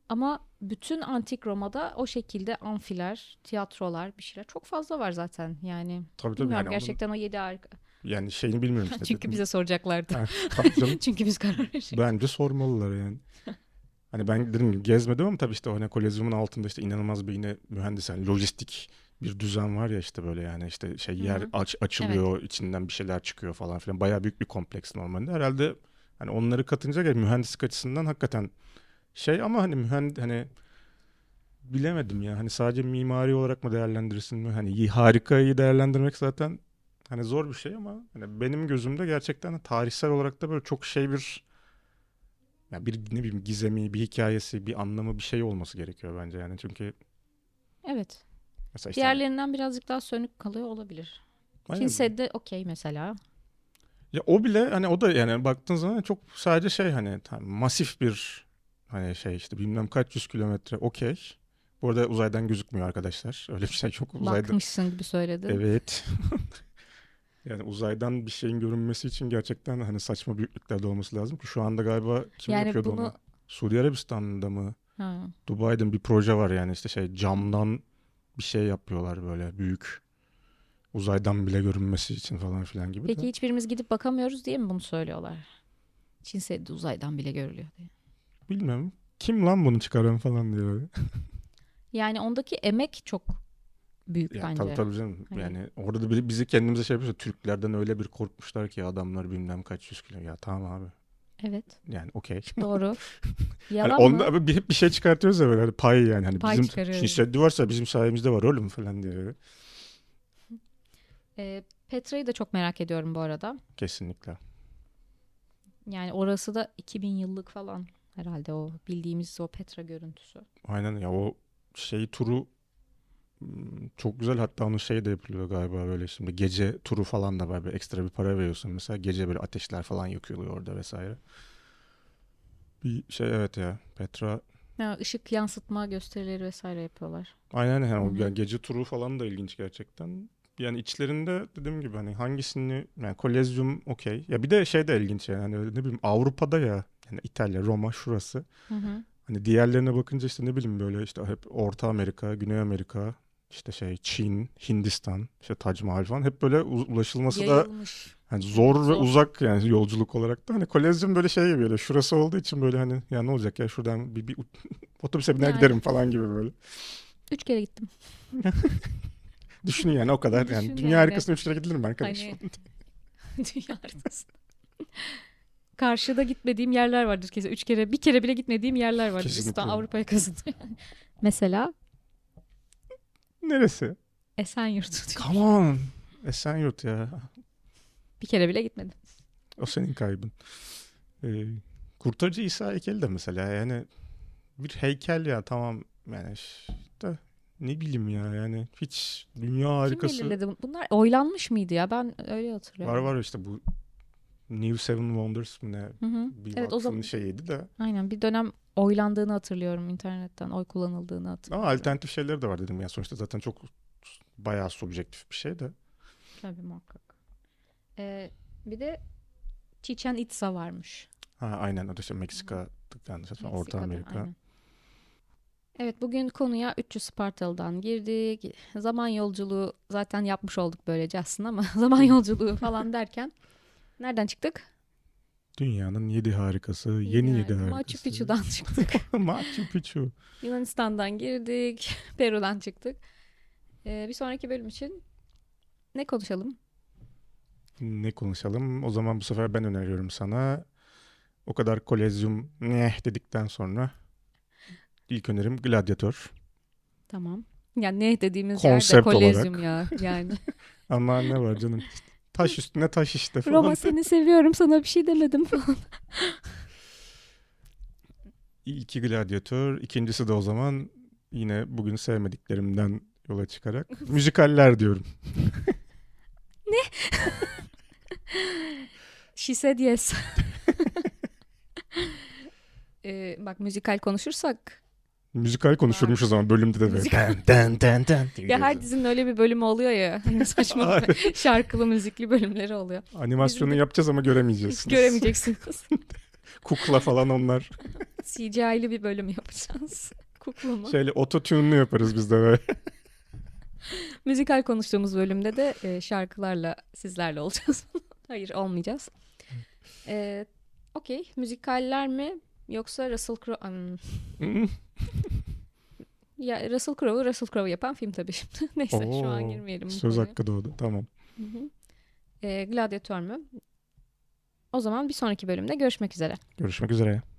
[SPEAKER 1] Ama bütün antik Roma'da o şekilde amfiler, tiyatrolar, bir şeyler çok fazla var zaten. Yani
[SPEAKER 2] Tabii tabii
[SPEAKER 1] bilmiyorum
[SPEAKER 2] yani
[SPEAKER 1] gerçekten o yedi harika.
[SPEAKER 2] onun, yani şeyini bilmiyorum işte.
[SPEAKER 1] Çünkü
[SPEAKER 2] dedim.
[SPEAKER 1] bize soracaklardı.
[SPEAKER 2] Ha, tabii canım.
[SPEAKER 1] Çünkü biz karar verecektik.
[SPEAKER 2] Bence sormalılar yani. Hani ben dedim gibi gezmedim ama tabii işte o hani Kolezyum'un altında işte inanılmaz bir yine mühendis yani lojistik bir düzen var ya işte böyle yani işte şey yer
[SPEAKER 1] Hı-hı.
[SPEAKER 2] aç, açılıyor içinden bir şeyler çıkıyor falan filan. Bayağı büyük bir kompleks normalde. Herhalde hani onları katınca gel mühendislik açısından hakikaten şey ama hani mühend hani bilemedim ya. Hani sadece mimari olarak mı değerlendirirsin mi? Hani iyi, harikayı değerlendirmek zaten hani zor bir şey ama hani benim gözümde gerçekten tarihsel olarak da böyle çok şey bir ya bir ne bileyim gizemi, bir hikayesi, bir anlamı, bir şey olması gerekiyor bence yani. Çünkü
[SPEAKER 1] Evet.
[SPEAKER 2] mesela işte hani
[SPEAKER 1] Diğerlerinden birazcık daha sönük kalıyor olabilir. Çin
[SPEAKER 2] aynen.
[SPEAKER 1] Seddi okey mesela.
[SPEAKER 2] Ya o bile hani o da yani baktığın zaman çok sadece şey hani tam masif bir hani şey işte bilmem kaç yüz kilometre okey. Bu arada uzaydan gözükmüyor arkadaşlar. Öyle bir şey çok uzayda.
[SPEAKER 1] Bakmışsın gibi söyledin.
[SPEAKER 2] Evet. Yani uzaydan bir şeyin görünmesi için gerçekten hani saçma büyüklüklerde olması lazım ki şu anda galiba kim
[SPEAKER 1] Yani
[SPEAKER 2] yapıyordu
[SPEAKER 1] bunu
[SPEAKER 2] onu? Suudi Arabistan'da mı?
[SPEAKER 1] ha.
[SPEAKER 2] Dubai'de bir proje var yani işte şey camdan bir şey yapıyorlar böyle büyük uzaydan bile görünmesi için falan filan gibi
[SPEAKER 1] Peki
[SPEAKER 2] de.
[SPEAKER 1] hiçbirimiz gidip bakamıyoruz diye mi bunu söylüyorlar? Çin Seddi uzaydan bile görülüyor diye.
[SPEAKER 2] Bilmem. Kim lan bunu çıkaran falan diye böyle.
[SPEAKER 1] Yani ondaki emek çok büyük
[SPEAKER 2] Ya tabii
[SPEAKER 1] bence.
[SPEAKER 2] tabii canım.
[SPEAKER 1] Hani
[SPEAKER 2] Yani orada da bi- bizi kendimize şey yapıyoruz. Türklerden öyle bir korkmuşlar ki adamlar bilmem kaç yüz kilo. Ya tamam abi.
[SPEAKER 1] evet,
[SPEAKER 2] Yani okey.
[SPEAKER 1] doğru.
[SPEAKER 2] Hani
[SPEAKER 1] Yalan
[SPEAKER 2] onda
[SPEAKER 1] mı?
[SPEAKER 2] abi bir, hep bir şey çıkartıyoruz ya böyle hani pay yani. Hani
[SPEAKER 1] Pay
[SPEAKER 2] bizim
[SPEAKER 1] çıkarıyoruz.
[SPEAKER 2] Çin varsa bizim sayemizde var oğlum falan diye. Böyle.
[SPEAKER 1] Ee, Petra'yı da çok merak ediyorum bu arada.
[SPEAKER 2] Kesinlikle.
[SPEAKER 1] Yani orası da iki bin yıllık falan herhalde o bildiğimiz o Petra görüntüsü.
[SPEAKER 2] Aynen ya o şey turu hmm, çok güzel hatta onun şey de yapılıyor galiba böyle şimdi gece turu falan da var böyle ekstra bir para veriyorsun mesela gece böyle ateşler falan yakılıyor orada vesaire. Bir şey evet ya Petra
[SPEAKER 1] Ya, ışık yansıtma gösterileri vesaire yapıyorlar.
[SPEAKER 2] aynen yani
[SPEAKER 1] Hı
[SPEAKER 2] o
[SPEAKER 1] hı.
[SPEAKER 2] yani gece turu falan da ilginç gerçekten. Yani içlerinde dediğim gibi hani hangisini yani Kolezyum okey. Ya bir de şey de ilginç yani hani ne bileyim Avrupa'da ya yani İtalya, Roma şurası.
[SPEAKER 1] Hı hı.
[SPEAKER 2] Hani diğerlerine bakınca işte ne bileyim böyle işte hep Orta Amerika, Güney Amerika, işte şey Çin, Hindistan, işte Tac Mahal falan hep böyle u- ulaşılması da
[SPEAKER 1] Yayılmış.
[SPEAKER 2] hani
[SPEAKER 1] Evet,
[SPEAKER 2] zor ve
[SPEAKER 1] zor.
[SPEAKER 2] uzak yani yolculuk olarak da hani Kolezyum böyle şey gibi böyle şurası olduğu için böyle hani ya ne olacak ya şuradan bir, bir otobüse biner
[SPEAKER 1] Yani
[SPEAKER 2] giderim falan gibi böyle.
[SPEAKER 1] üç kere gittim.
[SPEAKER 2] Düşün yani o kadar yani
[SPEAKER 1] Düşün
[SPEAKER 2] dünya
[SPEAKER 1] yani.
[SPEAKER 2] harikasına üç kere gidilir mi arkadaş?
[SPEAKER 1] Hani dünya haritası. Karşıda gitmediğim yerler vardır kesin. Üç kere, bir kere bile gitmediğim yerler vardır. İstanbul,
[SPEAKER 2] Kesinlikle.
[SPEAKER 1] Avrupa'ya kazındı. Mesela
[SPEAKER 2] Neresi?
[SPEAKER 1] Esenyurt.
[SPEAKER 2] Come on. Esenyurt ya.
[SPEAKER 1] Bir kere bile gitmedim.
[SPEAKER 2] O senin kaybın. Ee, Kurtarıcı İsa heykeli de mesela yani bir heykel ya tamam yani işte ne bileyim ya yani hiç dünya
[SPEAKER 1] Kim
[SPEAKER 2] harikası
[SPEAKER 1] belirledi? Bunlar oylanmış mıydı ya? Ben öyle
[SPEAKER 2] var
[SPEAKER 1] hatırlıyorum.
[SPEAKER 2] var işte bu New Seven Wonders mı ne
[SPEAKER 1] Hı hı.
[SPEAKER 2] bir
[SPEAKER 1] Evet, o
[SPEAKER 2] vakfın
[SPEAKER 1] zaman
[SPEAKER 2] şeyiydi de
[SPEAKER 1] aynen bir dönem oylandığını hatırlıyorum, internetten oy kullanıldığını
[SPEAKER 2] ama
[SPEAKER 1] hatırlıyorum.
[SPEAKER 2] alternatif şeyleri de var dedim ya sonuçta zaten çok bayağı subjektif bir şey de.
[SPEAKER 1] Tabii muhakkak. Ee, bir de Chichen Itza varmış.
[SPEAKER 2] Ha aynen o da işte
[SPEAKER 1] Hı hı.
[SPEAKER 2] Meksika yanlış hatırlamıyorsam Orta
[SPEAKER 1] Meksika'da
[SPEAKER 2] Amerika.
[SPEAKER 1] aynen. Evet, bugün konuya üç yüz Spartalı'dan girdik. Zaman yolculuğu zaten yapmış olduk böylece aslında ama zaman yolculuğu falan derken nereden çıktık?
[SPEAKER 2] Dünyanın yedi harikası,
[SPEAKER 1] Yedi
[SPEAKER 2] yeni yedi
[SPEAKER 1] harika. Machu
[SPEAKER 2] harikası.
[SPEAKER 1] Picchu'dan çıktık.
[SPEAKER 2] Machu Picchu.
[SPEAKER 1] Yunanistan'dan girdik. Peru'dan çıktık. Ee, bir sonraki bölüm için ne konuşalım?
[SPEAKER 2] Ne konuşalım? O zaman bu sefer ben öneriyorum sana. O kadar kolezyum ne dedikten sonra ilk önerim Gladyatör.
[SPEAKER 1] Tamam. Yani ne dediğimiz yerde
[SPEAKER 2] Konsept
[SPEAKER 1] Kolezyum
[SPEAKER 2] olarak.
[SPEAKER 1] ya yani.
[SPEAKER 2] Ama ne var canım? Taş üstüne taş işte
[SPEAKER 1] Roma,
[SPEAKER 2] falan.
[SPEAKER 1] seni seviyorum, sana bir şey demedim falan.
[SPEAKER 2] İlki Gladyatör. İkincisi de o zaman yine bugün sevmediklerimden yola çıkarak müzikaller diyorum.
[SPEAKER 1] She said yes. Ee, bak, müzikal konuşursak
[SPEAKER 2] Müzikal konuşurmuş o
[SPEAKER 1] var.
[SPEAKER 2] zaman bölümde de böyle.
[SPEAKER 1] Müzikal.
[SPEAKER 2] Den den den den diye
[SPEAKER 1] Ya her
[SPEAKER 2] gidiyoruz.
[SPEAKER 1] dizinin öyle bir bölümü oluyor ya. Hani saçma şarkılı müzikli bölümleri oluyor. Bizim
[SPEAKER 2] Animasyonu
[SPEAKER 1] de
[SPEAKER 2] yapacağız ama göremeyeceksiniz.
[SPEAKER 1] göremeyeceksiniz.
[SPEAKER 2] Kukla falan onlar.
[SPEAKER 1] C G I'li bir bölüm yapacağız. Kukla mı?
[SPEAKER 2] Şöyle ototune'lu yaparız biz de böyle.
[SPEAKER 1] Müzikal konuştuğumuz bölümde de e, şarkılarla sizlerle olacağız. Hayır, olmayacağız. E, Okey. Müzikaller mi yoksa Russell Crowe... Um, ya Russell Crowe'u Russell Crowe yapan film tabii şimdi. Neyse
[SPEAKER 2] Oo,
[SPEAKER 1] şu an girmeyelim bu
[SPEAKER 2] söz
[SPEAKER 1] konuya.
[SPEAKER 2] hakkı doğdu. Tamam.
[SPEAKER 1] Hı hı. E, Gladyatör mü? O zaman bir sonraki bölümde görüşmek üzere.
[SPEAKER 2] Görüşmek üzere.